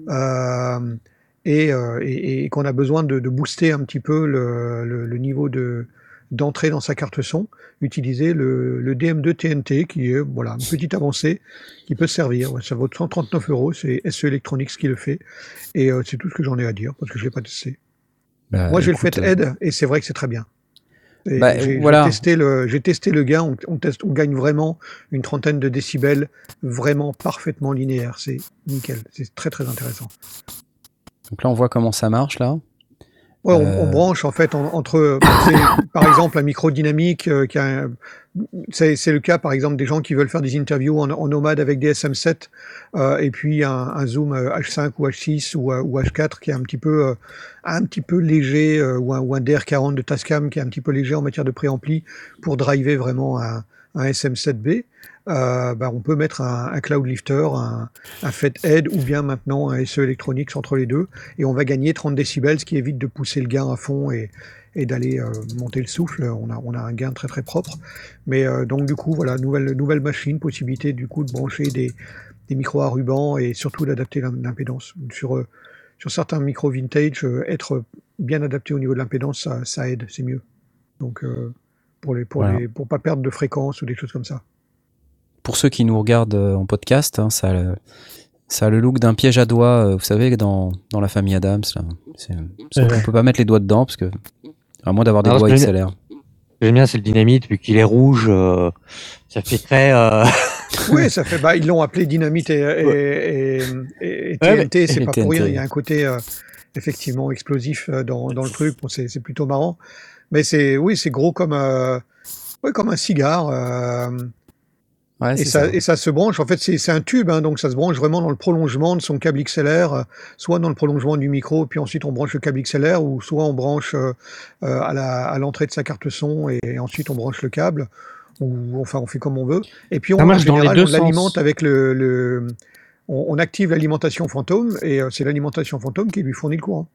et qu'on a besoin de booster un petit peu le niveau d'entrée dans sa carte son, utiliser le DM2 TNT qui est une petite avancée qui peut servir. Ça vaut 139 €, c'est SE Electronics qui le fait, et c'est tout ce que j'en ai à dire parce que je l'ai pas testé. Moi j'ai le FetEd et c'est vrai que c'est très bien. J'ai testé le gain, on gagne vraiment une trentaine de décibels, vraiment parfaitement linéaire, c'est nickel, c'est très très intéressant. Donc là on voit comment ça marche là. Ouais, on branche en fait entre, par exemple, un micro dynamique c'est le cas par exemple des gens qui veulent faire des interviews en nomade avec des SM7 et puis un zoom H5 ou H6 ou H4 qui est un petit peu léger ou un DR40 de Tascam qui est un petit peu léger en matière de préampli pour driver vraiment un SM7B. On peut mettre un cloud lifter, un FetEd ou bien maintenant un SE Electronics entre les deux, et on va gagner 30 décibels, ce qui évite de pousser le gain à fond et d'aller monter le souffle. On a un gain très très propre. Mais donc du coup voilà, nouvelle machine, possibilité du coup de brancher des micros à ruban et surtout d'adapter l'impédance. Sur certains micros vintage, être bien adapté au niveau de l'impédance, ça aide, c'est mieux. Donc pour pas perdre de fréquence ou des choses comme ça. Pour ceux qui nous regardent en podcast, ça a le look d'un piège à doigts, vous savez, dans la famille Adams. Là. On peut pas mettre les doigts dedans, parce que à moins d'avoir des doigts XLR. J'aime bien, c'est le dynamite, vu qu'il est rouge, ça fait très... Oui, ça fait. Ils l'ont appelé dynamite et TNT, c'est pas pour rien. Il y a un côté effectivement explosif dans le truc. Bon, c'est plutôt marrant. Mais c'est gros comme un cigare. Et ça se branche, en fait c'est un tube, donc ça se branche vraiment dans le prolongement de son câble XLR, soit dans le prolongement du micro, puis ensuite on branche le câble XLR, ou soit on branche à l'entrée de sa carte son, et ensuite on branche le câble, ou enfin on fait comme on veut. Et puis en général on l'alimente avec on active l'alimentation fantôme, et c'est l'alimentation fantôme qui lui fournit le courant.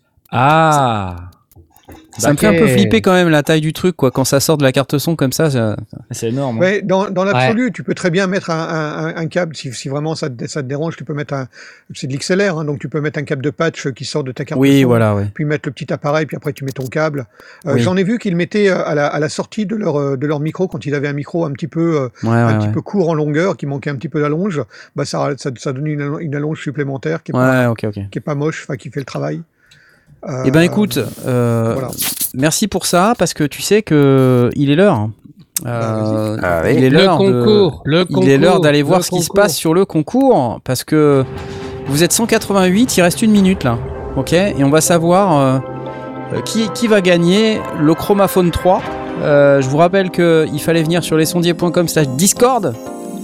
Ah, ça me fait un peu flipper quand même la taille du truc, quoi. Quand ça sort de la carte son comme ça, c'est énorme. Ouais, dans l'absolu, tu peux très bien mettre un câble, si vraiment ça te dérange, tu peux mettre c'est de l'XLR, donc tu peux mettre un câble de patch qui sort de ta carte son, puis mettre le petit appareil, puis après tu mets ton câble. J'en ai vu qu'ils mettaient à la sortie de leur micro, quand ils avaient un micro un petit peu peu court en longueur, qui manquait un petit peu d'allonge, ça donne une allonge supplémentaire qui est pas moche, qui fait le travail. Eh ben écoute, voilà. merci pour ça, parce que tu sais que il est l'heure. oui. Il est l'heure Il est l'heure d'aller voir ce qui se passe sur le concours, parce que vous êtes 188, il reste 1 minute là, ok, et on va savoir qui va gagner le Chromaphone 3. Je vous rappelle qu'il fallait venir sur lesondiers.com/discord.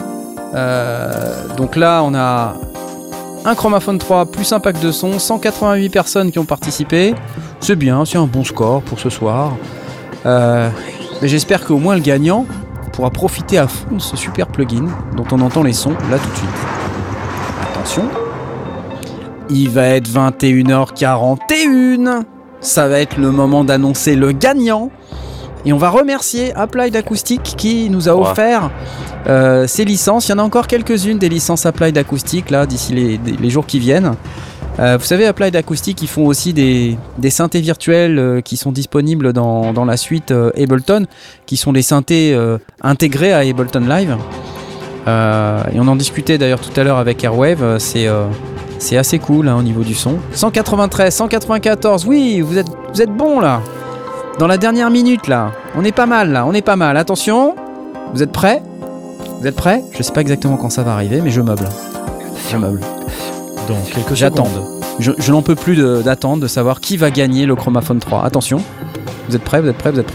Donc là, on a un Chromaphone 3 plus un pack de son, 188 personnes qui ont participé. C'est bien, c'est un bon score pour ce soir. Mais j'espère qu'au moins le gagnant pourra profiter à fond de ce super plugin dont on entend les sons là tout de suite. Attention, il va être 21h41. Ça va être le moment d'annoncer le gagnant. Et on va remercier Applied Acoustic qui nous a offert ces licences. Il y en a encore quelques-unes des licences Applied Acoustic là d'ici les jours qui viennent. Vous savez, Applied Acoustic, ils font aussi des synthés virtuels qui sont disponibles dans la suite Ableton, qui sont des synthés intégrés à Ableton Live. Et on en discutait d'ailleurs tout à l'heure avec Airwave. C'est assez cool hein, au niveau du son. 193, 194, oui, vous êtes bons là. Dans la dernière minute là, on est pas mal là, Attention, vous êtes prêts ? Je sais pas exactement quand ça va arriver, mais je meuble. Donc, quelques J'attends. secondes. Je n'en peux plus d'attendre, de savoir qui va gagner le Chromaphone 3. Attention, vous êtes prêts ?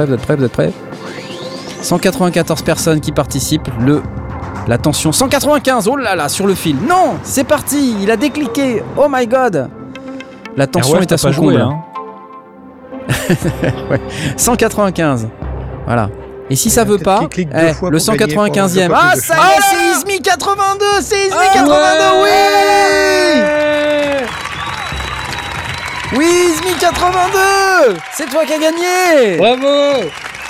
194 personnes qui participent. La tension, 195, oh là là, sur le fil. Non, c'est parti, il a décliqué. Oh my god. La tension est à son comble. Hein. Ouais. 195. Voilà. Et si ça veut pas, le 195e. Ah, ça y est, c'est Izmi 82, oui, Izmi 82, c'est toi qui as gagné. Bravo.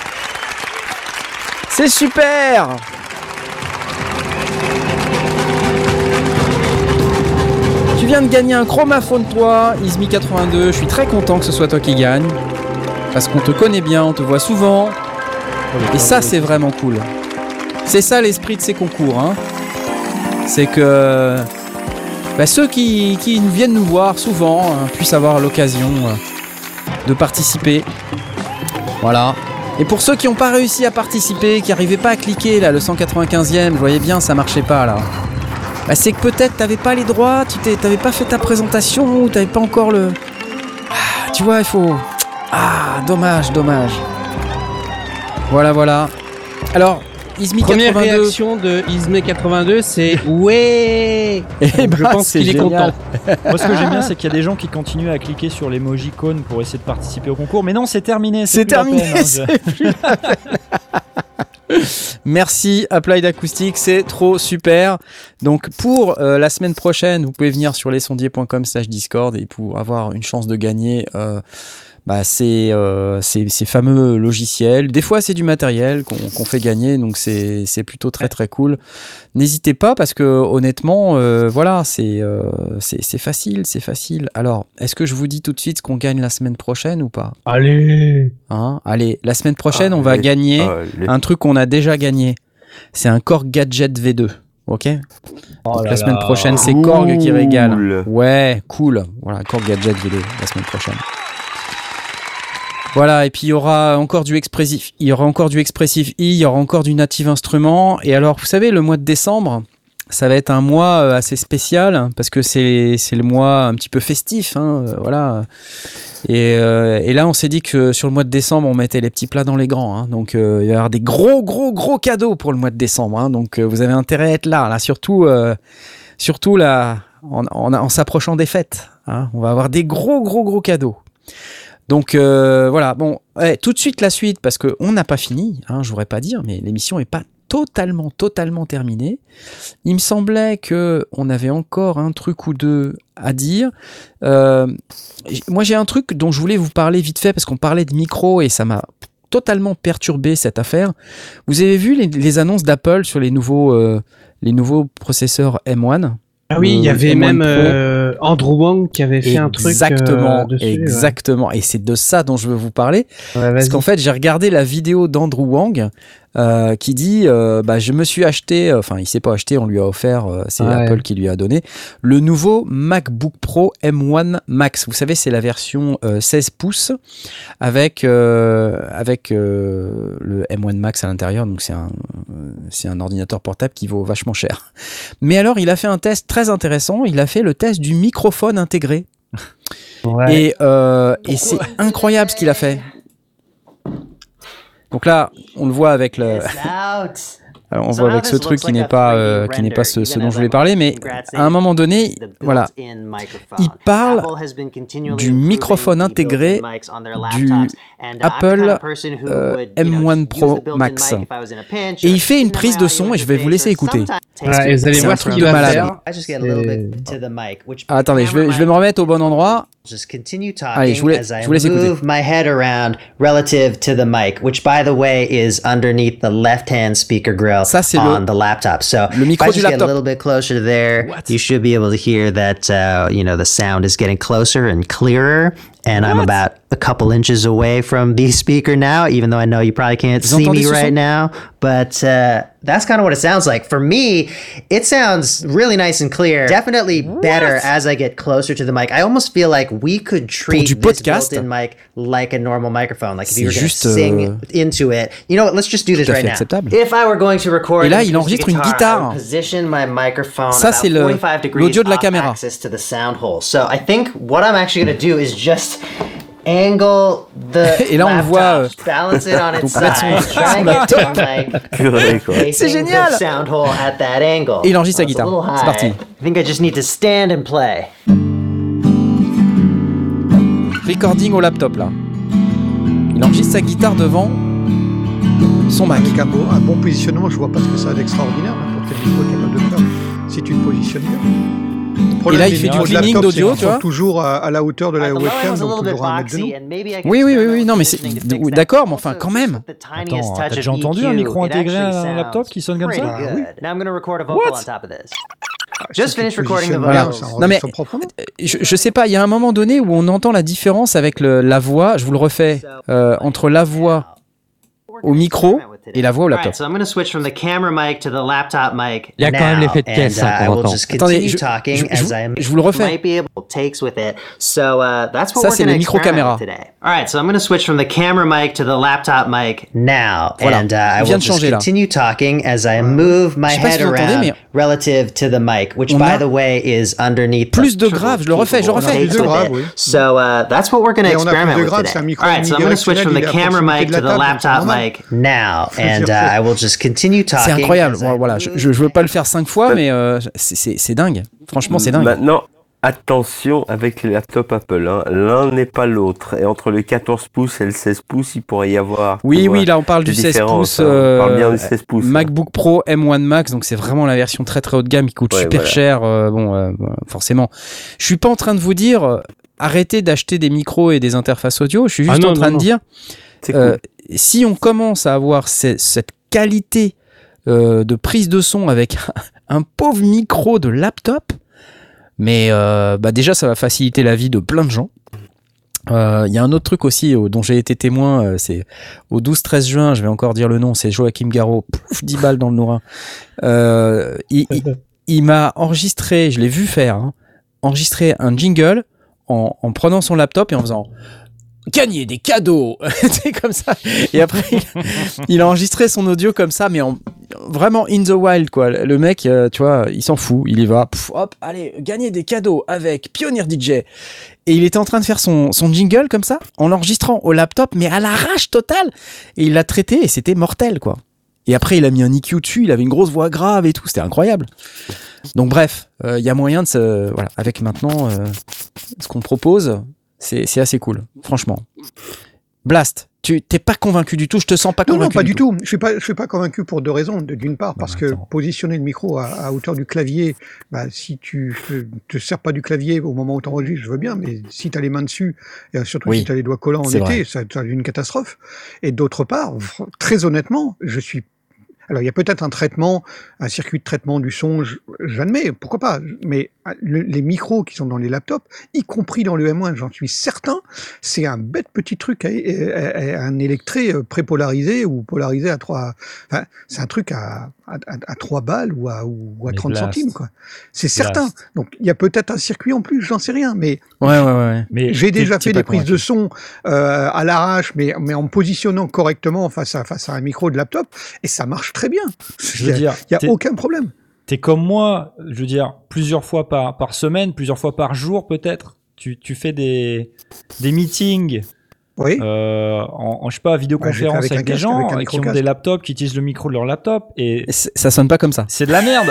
C'est super. Tu viens de gagner un Chromaphone 3, Izmi 82. Je suis très content que ce soit toi qui gagne. Parce qu'on te connaît bien, on te voit souvent. Et ça, c'est vraiment cool. C'est ça l'esprit de ces concours. Hein. C'est que ceux qui viennent nous voir souvent puissent avoir l'occasion de participer. Voilà. Et pour ceux qui n'ont pas réussi à participer, qui n'arrivaient pas à cliquer, là, le 195e, vous voyez bien, ça marchait pas là. C'est que peut-être t'avais pas les droits, t'avais pas fait ta présentation, ou t'avais pas encore le... tu vois, il faut... dommage. Voilà. Alors, Izmi 82... Première réaction de Izmi 82, c'est ouais. Je pense qu'il est content. Moi, ce que j'aime bien, c'est qu'il y a des gens qui continuent à cliquer sur l'emojicône pour essayer de participer au concours. Mais non, c'est terminé. C'est terminé. Merci Applied Acoustic, c'est trop super. Donc pour la semaine prochaine, vous pouvez venir sur lesondiers.com/discord et pour avoir une chance de gagner ces fameux logiciels. Des fois c'est du matériel qu'on fait gagner, donc c'est plutôt très très cool. N'hésitez pas parce que honnêtement c'est facile. Alors est-ce que je vous dis tout de suite ce qu'on gagne la semaine prochaine ou pas ? Allez, la semaine prochaine on va gagner un truc qu'on a déjà gagné. C'est un Korg Gadget V2. Ok. Donc la semaine prochaine c'est Korg qui régale. Ouais, cool. Voilà, Korg Gadget V2 la semaine prochaine. Voilà, et puis il y aura encore du Expressive E, il y aura encore du Native Instruments. Et alors, vous savez, le mois de décembre, ça va être un mois assez spécial parce que c'est le mois un petit peu festif, hein, voilà. Et là, on s'est dit que sur le mois de décembre, on mettait les petits plats dans les grands. Hein, donc, il va y avoir des gros cadeaux pour le mois de décembre. Hein, donc, vous avez intérêt à être là, surtout là, en s'approchant des fêtes. Hein, on va avoir des gros cadeaux. Donc voilà, bon, tout de suite la suite parce que on n'a pas fini, hein, je voudrais pas dire, mais l'émission est pas totalement terminée. Il me semblait que on avait encore un truc ou deux à dire. Moi j'ai un truc dont je voulais vous parler vite fait parce qu'on parlait de micro et ça m'a totalement perturbé cette affaire. Vous avez vu les annonces d'Apple sur les nouveaux processeurs M1 ? Ah oui, il y avait M1 même Andrew Wang qui avait fait un truc dessus. Exactement. Et c'est de ça dont je veux vous parler. Ouais, parce qu'en fait, j'ai regardé la vidéo d'Andrew Wang qui dit je me suis acheté, enfin il s'est pas acheté, on lui a offert, c'est Apple qui lui a donné le nouveau MacBook Pro M1 Max. Vous savez, c'est la version 16 pouces avec le M1 Max à l'intérieur, donc c'est un ordinateur portable qui vaut vachement cher. Mais alors, il a fait un test très intéressant, il a fait le test du microphone intégré. Ouais. Et c'est incroyable ce qu'il a fait. Donc là, on le voit avec le. Alors on voit avec ce truc qui n'est pas ce dont je voulais parler, mais à un moment donné, voilà, il parle du microphone intégré du Apple M1 Pro Max. Et il fait une prise de son et je vais vous laisser écouter. Ouais, et vous allez voir ce qu'il va faire. Ah, attendez, je vais me remettre au bon endroit. Allez, je vous laisse écouter. Move my head around relative to the mic, which by the way is underneath the left-hand speaker grill on the laptop. So le micro if I just get a little bit closer to there, you should be able to hear that the sound is getting closer and clearer. And I'm about a couple inches away from the speaker now, even though I know you probably can't see me right now. But that's kind of what it sounds like. For me, it sounds really nice and clear. Definitely better as I get closer to the mic. I almost feel like we could treat this built-in mic like a normal microphone. Like if you were going to sing into it. You know what? Let's just do this right now. If I were going to record et là, il enregistre une guitare. Position my microphone ça, c'est l'audio de la caméra. Access to the sound hole. So I think what I'm actually going to do is just angle the et là on le voit balance it on its side, try and get to the mic, c'est génial. Sound hole at that angle. Et il enregistre sa guitare. C'est parti. I think I just need to stand and play. Recording au laptop là. Il enregistre sa guitare devant son Mac. Avec un bon positionnement, je vois pas ce que ça a d'extraordinaire pour quel micro est capable de faire si tu te positionnes bien. Et là, il fait du cleaning d'audio, tu vois. Toujours à la hauteur de la webcam, donc toujours à 1 mètre de nous. Oui, non, mais c'est d'accord, mais enfin, quand même. Attends, t'as déjà entendu un micro intégré à un laptop qui sonne comme ça? Oui. Just finish recording the voilà. Non mais je sais pas, il y a un moment donné où on entend la différence avec la voix, je vous le refais, entre la voix au micro et la voix au laptop. So I'm going to switch from the camera mic to the laptop mic. Il y a quand même l'effet de caisse qu'on entend. Attendez, je vous le refais. Ça, c'est le micro-caméra. Alright, so I'm going to switch from the camera mic to the laptop mic now. Voilà. And I will just continue talking as I move my head around relative to the mic, which by the way is underneath plus de graves, je le refais. Plus de graves, oui. So that's what we're going to experiment with today. Alright, so I'm going to switch from the camera mic to the laptop mic now. And I will just continue talking. C'est incroyable. Voilà, je veux pas le faire 5 fois, mais c'est dingue. Franchement, c'est dingue. Maintenant, attention avec les laptops Apple. Hein. L'un n'est pas l'autre. Et entre le 14 pouces et le 16 pouces, il pourrait y avoir. Oui, là, on parle du 16 pouces. On parle bien du 16 pouces. MacBook Pro M1 Max. Donc, c'est vraiment la version très très haut de gamme qui coûte super cher. Forcément. Je suis pas en train de vous dire arrêtez d'acheter des micros et des interfaces audio. Je suis juste en train de dire. Cool. Si on commence à avoir cette qualité de prise de son avec un pauvre micro de laptop, mais déjà ça va faciliter la vie de plein de gens. Il y a un autre truc aussi dont j'ai été témoin, c'est au 12-13 juin, je vais encore dire le nom, c'est Joachim Garraud, 10 balles dans le nourrin. Il m'a enregistré, je l'ai vu faire, enregistrer un jingle en prenant son laptop et en faisant gagner des cadeaux, c'est comme ça. Et après, il a enregistré son audio comme ça, mais vraiment in the wild, quoi. Le mec, tu vois, il s'en fout, il y va, hop, allez, gagner des cadeaux avec Pioneer DJ. Et il était en train de faire son jingle comme ça, en l'enregistrant au laptop, mais à l'arrache totale. Et il l'a traité et c'était mortel, quoi. Et après, il a mis un EQ dessus, il avait une grosse voix grave et tout, c'était incroyable. Donc bref, il y a moyen de voilà, avec maintenant ce qu'on propose. C'est assez cool, franchement. Blast, tu t'es pas convaincu du tout, je te sens pas convaincu. Non, pas du tout. Je suis pas convaincu pour 2 raisons. D'une part, parce que positionner le micro à hauteur du clavier, si tu te sers pas du clavier au moment où tu enregistres, je veux bien, mais si tu as les mains dessus, et surtout si tu as les doigts collants en été, ça devient une catastrophe. Et d'autre part, très honnêtement, alors il y a peut-être un circuit de traitement du son, j'admets, pourquoi pas, mais les micros qui sont dans les laptops, y compris dans le M1, j'en suis certain, c'est un bête petit truc, un électret prépolarisé ou polarisé à 3. Enfin, c'est un truc à 3 balles ou à 30 centimes, quoi. C'est certain. Donc, il y a peut-être un circuit en plus, j'en sais rien, mais. Ouais. Mais j'ai déjà fait des prises de son à l'arrache, mais en me positionnant correctement face à un micro de laptop, et ça marche très bien. Il n'y a aucun problème. T'es comme moi, je veux dire, plusieurs fois par semaine, plusieurs fois par jour peut-être. Tu fais des meetings. Oui. Je sais pas, vidéoconférence avec des gens qui ont des laptops, qui utilisent le micro de leur laptop et ça sonne pas comme ça. C'est de la merde.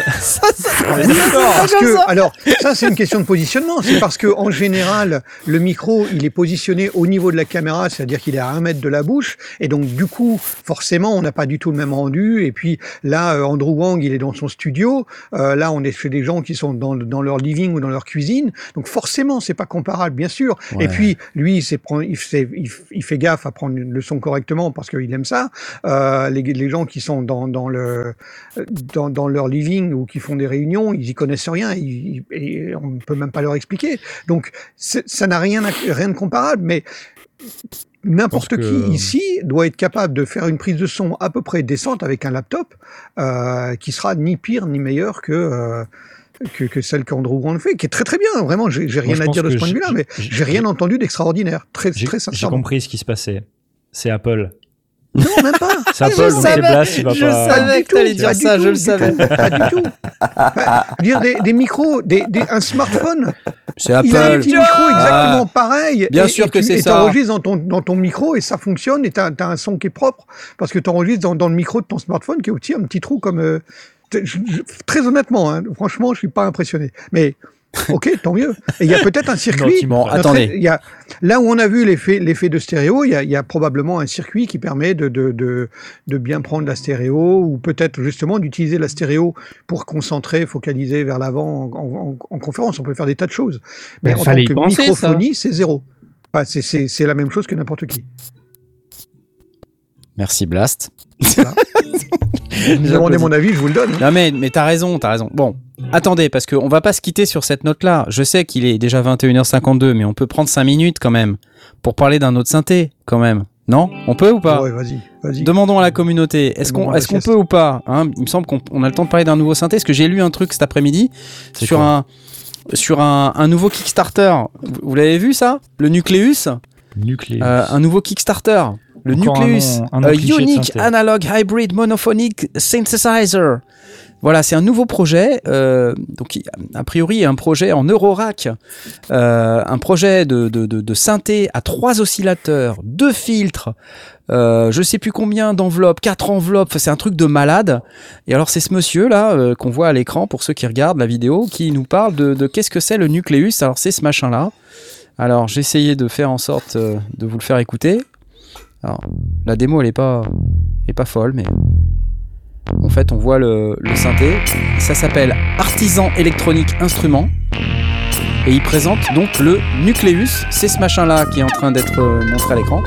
Alors, ça c'est une question de positionnement. C'est parce que en général, le micro, il est positionné au niveau de la caméra, c'est-à-dire qu'il est à 1 mètre de la bouche, et donc du coup, forcément, on n'a pas du tout le même rendu. Et puis là, Andrew Wang, il est dans son studio. Là, on est chez des gens qui sont dans leur living ou dans leur cuisine. Donc forcément, c'est pas comparable, bien sûr. Ouais. Et puis lui, il fait gaffe à prendre le son correctement parce qu'il aime ça. Les gens qui sont dans leur living ou qui font des réunions, ils y connaissent rien et on ne peut même pas leur expliquer. Donc ça n'a rien de comparable, mais n'importe qui ici doit être capable de faire une prise de son à peu près décente avec un laptop qui sera ni pire ni meilleur que celle qu'Andrew Wang fait, qui est très très bien, vraiment, j'ai rien à dire de ce point de vue-là, mais j'ai rien entendu d'extraordinaire, très sincèrement. J'ai compris ce qui se passait, c'est Apple. Non, même pas. C'est Apple, donc c'est Blast, il va pas... Je savais que t'allais dire ça, je le savais. Pas du tout. Dire des micros, un smartphone. C'est Apple. Il a un petit micro exactement pareil. Bien sûr que c'est ça. Et t'enregistres dans ton micro et ça fonctionne et t'as un son qui est propre parce que t'enregistres dans le micro de ton smartphone qui est aussi un petit trou comme... très honnêtement, hein, franchement, je suis pas impressionné. Mais ok, tant mieux. Et il y a peut-être un circuit. Attendez. Là où on a vu l'effet de stéréo, il y a probablement un circuit qui permet de bien prendre la stéréo, ou peut-être justement d'utiliser la stéréo pour concentrer, focaliser vers l'avant en conférence. On peut faire des tas de choses. Mais en tant que microphonie, c'est zéro. Enfin, c'est la même chose que n'importe qui. Merci Blast. Voilà. Vous me demandez mon avis, je vous le donne. Non mais t'as raison. Bon, attendez, parce qu'on va pas se quitter sur cette note-là. Je sais qu'il est déjà 21h52, mais on peut prendre 5 minutes quand même pour parler d'un autre synthé, quand même. Non ? On peut ou pas ? Ouais, vas-y. Demandons à la communauté. Est-ce qu'on peut ou pas, hein ? Il me semble qu'on a le temps de parler d'un nouveau synthé, parce que j'ai lu un truc cet après-midi sur un nouveau Kickstarter. Vous l'avez vu ça ? Le Nucleus. Un nouveau Kickstarter. Le Nucleus, Unique Analog Hybrid Monophonic Synthesizer. Voilà, c'est un nouveau projet. Donc, a priori, un projet en Eurorack. Un projet de synthé à 3 oscillateurs, 2 filtres, je sais plus combien d'enveloppes, 4 enveloppes. C'est un truc de malade. Et alors, c'est ce monsieur-là qu'on voit à l'écran, pour ceux qui regardent la vidéo, qui nous parle de qu'est-ce que c'est le Nucleus. Alors, c'est ce machin-là. Alors, j'ai essayé de faire en sorte de vous le faire écouter. Alors, la démo elle est pas folle, mais en fait on voit le synthé. Ça s'appelle Artisan Electronic Instrument et il présente donc le Nucleus. C'est ce machin là qui est en train d'être montré à l'écran.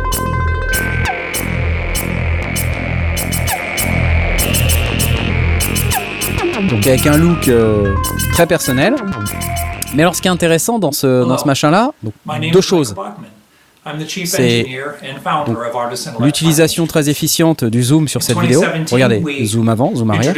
Donc avec un look très personnel. Mais alors ce qui est intéressant dans ce machin là, donc, 2 choses. C'est l'utilisation très efficiente du zoom sur cette vidéo. Regardez, zoom avant, zoom arrière.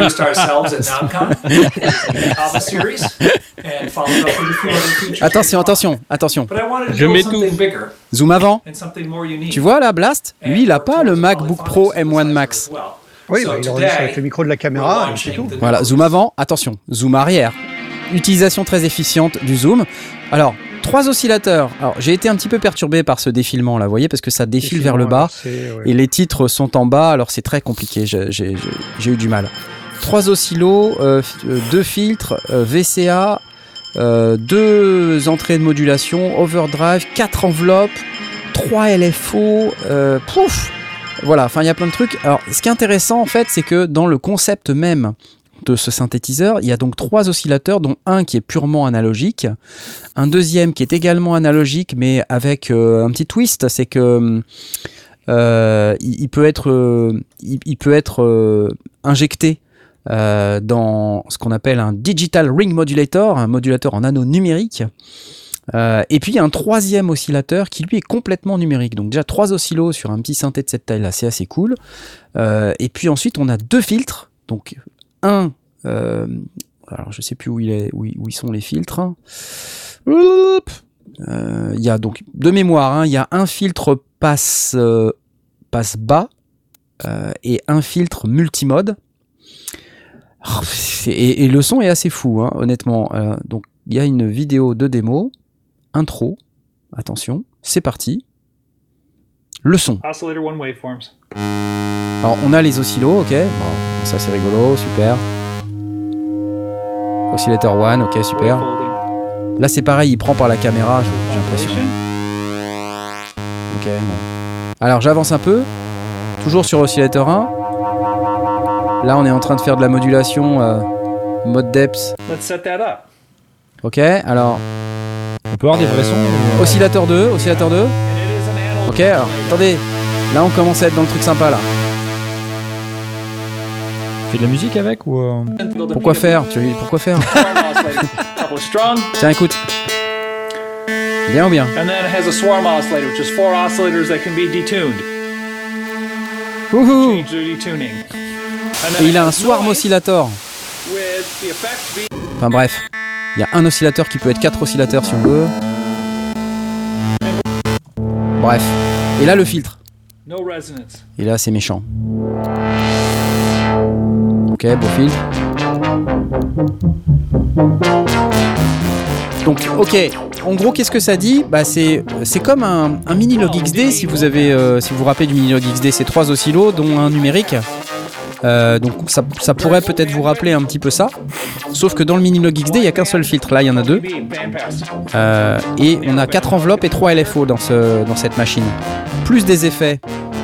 Attention. Je mets tout. Zoom avant. Tu vois là, Blast, lui, il a pas le MacBook Pro M1 Max. Oui, il enregistre avec le micro de la caméra, c'est tout. Voilà, zoom avant, attention, zoom arrière. Utilisation très efficiente du zoom. Alors, 3 oscillateurs. Alors, j'ai été un petit peu perturbé par ce défilement là, vous voyez, parce que ça défile vers le bas et les titres sont en bas, alors c'est très compliqué, j'ai eu du mal. 3 oscillos, 2 filtres, VCA, 2 entrées de modulation, overdrive, 4 enveloppes, 3 LFO, voilà, enfin il y a plein de trucs. Alors, ce qui est intéressant en fait, c'est que dans le concept même de ce synthétiseur, il y a donc 3 oscillateurs, dont un qui est purement analogique, un deuxième qui est également analogique, mais avec un petit twist, c'est que il peut être injecté dans ce qu'on appelle un Digital Ring Modulator, un modulateur en anneau numérique. Et puis il y a un troisième oscillateur qui lui est complètement numérique. Donc déjà 3 oscillos sur un petit synthé de cette taille-là, c'est assez cool. Et puis ensuite on a 2 filtres. Donc un, alors je sais plus où ils sont les filtres. Il y a donc de mémoire, il y a un filtre passe bas et un filtre multimode. Et le son est assez fou, honnêtement. Donc il y a une vidéo de démo, intro. Attention, c'est parti. Le son. Oscillator 1 waveforms. Alors on a les oscillos, ok. Bon, ça c'est rigolo, super. Oscillator 1, ok, super. Là c'est pareil, il prend par la caméra, j'ai l'impression. Ok, bon. Alors j'avance un peu. Toujours sur oscillator 1. Là on est en train de faire de la modulation mode depth. Let's set that up. Ok, alors. On peut avoir des vrais sons. Oscillateur 2, oscillateur 2. Ok, alors attendez. Là on commence à être dans le truc sympa là. Tu fais de la musique avec ou Pourquoi faire Pourquoi faire Tiens, écoute. Bien ou bien? And then it has a swarm oscillator, which is 4 oscillators that can be detuned. Wouhou! Change the detuning. Et il a un swarm oscillator. Enfin bref, il y a un oscillateur qui peut être 4 oscillateurs si on veut. Bref. Et là le filtre. No resonance. Et là c'est méchant. Ok, beau filtre. Donc ok, en gros qu'est-ce que ça dit? Bah c'est comme un Minilog XD si vous avez si vous vous rappelez du Minilog XD, c'est 3 oscillos dont un numérique. Donc ça pourrait peut-être vous rappeler un petit peu ça. Sauf que dans le Minilog XD, il n'y a qu'un seul filtre. Là, il y en a 2. Et on a 4 enveloppes et 3 LFO dans cette machine. Plus des effets.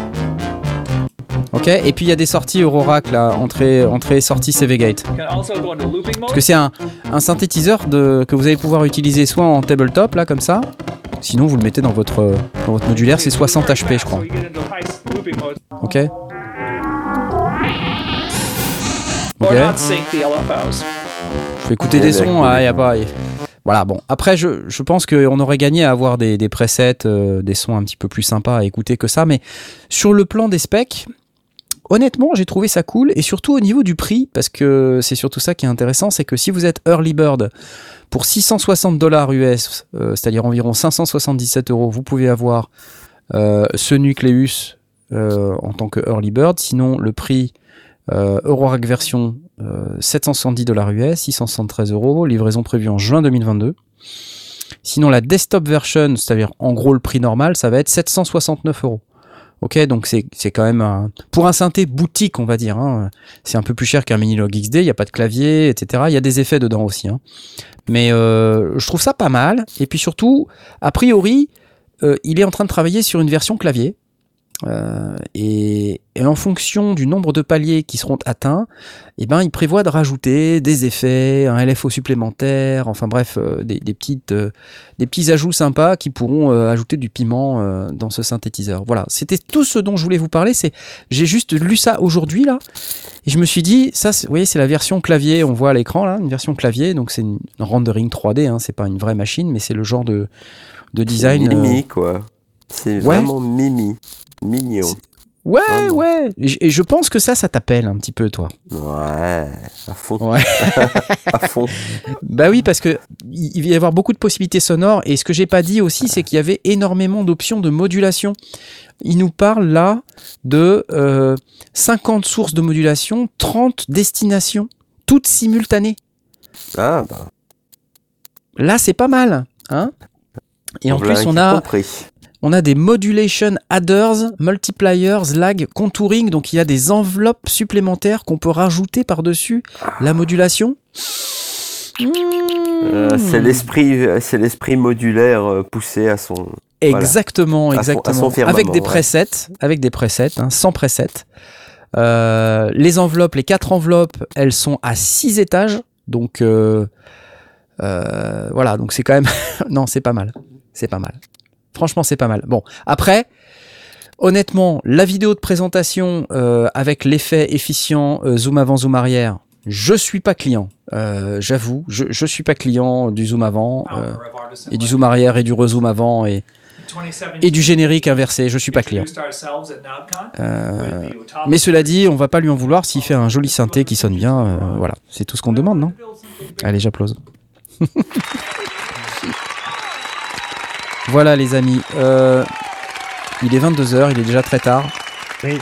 Ok. Et puis il y a des sorties Eurorack là, entrée et sortie CV-Gate. Parce que c'est un synthétiseur que vous allez pouvoir utiliser soit en tabletop là comme ça. Sinon vous le mettez dans votre modulaire, c'est 60 HP je crois. Ok. Ok. Je vais écouter des sons, y a pas. Voilà, bon. Après, je pense qu'on aurait gagné à avoir des presets, des sons un petit peu plus sympas à écouter que ça. Mais sur le plan des specs, honnêtement, j'ai trouvé ça cool. Et surtout au niveau du prix, parce que c'est surtout ça qui est intéressant, c'est que si vous êtes Early Bird pour $660 US, c'est-à-dire environ 577 €, vous pouvez avoir ce Nucleus en tant que Early Bird. Sinon, le prix Eurorack version $770 US, 673 €, livraison prévue en juin 2022. Sinon la desktop version, c'est-à-dire en gros le prix normal, ça va être 769 €. Ok, donc c'est quand même pour un synthé boutique on va dire, c'est un peu plus cher qu'un Minilog XD, il n'y a pas de clavier, etc. Il y a des effets dedans aussi, mais je trouve ça pas mal. Et puis surtout, a priori, il est en train de travailler sur une version clavier. Et en fonction du nombre de paliers qui seront atteints, il prévoit de rajouter des effets, un LFO supplémentaire, enfin bref, des petits ajouts sympas qui pourront ajouter du piment dans ce synthétiseur. Voilà, c'était tout ce dont je voulais vous parler. J'ai juste lu ça aujourd'hui là, et je me suis dit, ça, vous voyez, c'est la version clavier. On voit à l'écran là, une version clavier, donc c'est une rendering 3D, c'est pas une vraie machine, mais c'est le genre de design. Mimi quoi, c'est vraiment mimi. Mignon. Ouais. Et je pense que ça t'appelle un petit peu, toi. Ouais, à fond. Ouais. À fond. Bah oui, parce que il va y avoir beaucoup de possibilités sonores. Et ce que j'ai pas dit aussi, c'est qu'il y avait énormément d'options de modulation. Il nous parle là de 50 sources de modulation, 30 destinations, toutes simultanées. Ah bah. Là, c'est pas mal, Et en plus, on a des modulation adders, multipliers, lag, contouring. Donc il y a des enveloppes supplémentaires qu'on peut rajouter par-dessus la modulation. C'est l'esprit modulaire poussé à son. Exactement, voilà, exactement. À son avec des presets, sans presets. Les enveloppes, les 4 enveloppes, elles sont à 6 étages. Donc voilà, donc c'est quand même. Non, c'est pas mal. C'est pas mal. Franchement, c'est pas mal. Bon, après, honnêtement, la vidéo de présentation avec l'effet efficient zoom avant, zoom arrière, Je suis pas client, j'avoue, je suis pas client du zoom avant et du zoom arrière et du rezoom avant et du générique inversé, je suis pas client. Mais cela dit, on va pas lui en vouloir s'il fait un joli synthé qui sonne bien, voilà, c'est tout ce qu'on demande, non ? Allez, j'applause. Voilà les amis, il est 22h, il est déjà très tard. Oui.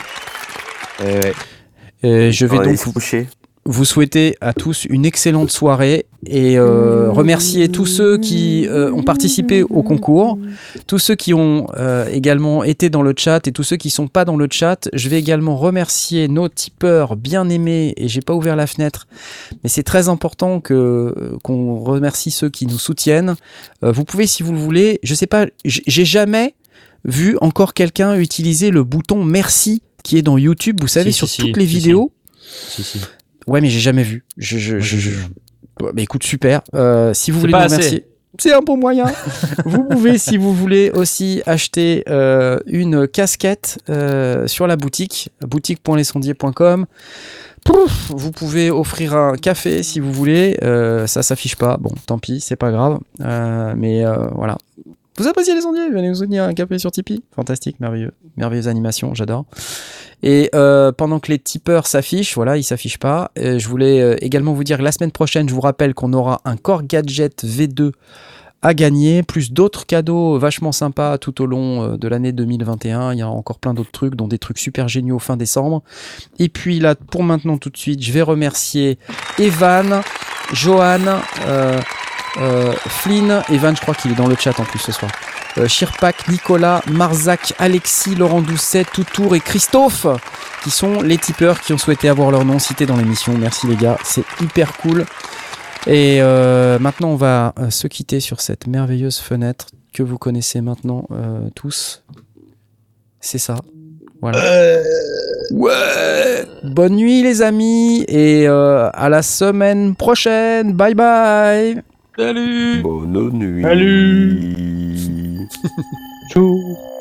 Je vais donc vous souhaiter à tous une excellente soirée et remercier tous ceux qui ont participé au concours, tous ceux qui ont également été dans le chat et tous ceux qui sont pas dans le chat. Je vais également remercier nos tipeurs bien aimés et j'ai pas ouvert la fenêtre, mais c'est très important qu'on remercie ceux qui nous soutiennent. Vous pouvez, si vous le voulez, je sais pas, j'ai jamais vu encore quelqu'un utiliser le bouton merci qui est dans YouTube, vous savez, sur toutes les vidéos. Si. Ouais, mais j'ai jamais vu. Mais écoute, super. Si vous voulez nous remercier, c'est un bon moyen. Vous pouvez, si vous voulez, aussi acheter une casquette sur la boutique, boutique.lesondiers.com. Vous pouvez offrir un café si vous voulez. Ça s'affiche pas. Bon, tant pis, c'est pas grave. Mais voilà. Vous appréciez les sondiers, venez nous soutenir, un café sur Tipeee. Fantastique, merveilleux. Merveilleuse animation, j'adore. Et pendant que les tipeurs s'affichent, voilà, ils s'affichent pas. Je voulais également vous dire que la semaine prochaine, je vous rappelle qu'on aura un Core Gadget V2 à gagner, plus d'autres cadeaux vachement sympas tout au long de l'année 2021. Il y a encore plein d'autres trucs, dont des trucs super géniaux fin décembre. Et puis là, pour maintenant tout de suite, je vais remercier Evan, Johan, Flynn, Evan, je crois qu'il est dans le chat en plus ce soir. Shirpak, Nicolas, Marzac, Alexis, Laurent Doucet, Toutour et Christophe, qui sont les tipeurs qui ont souhaité avoir leur nom cité dans l'émission. Merci les gars, c'est hyper cool. Et maintenant, on va se quitter sur cette merveilleuse fenêtre que vous connaissez maintenant tous. C'est ça. Voilà. Ouais. Bonne nuit les amis et à la semaine prochaine. Bye bye. Salut. Bonne nuit. Salut. Tchou.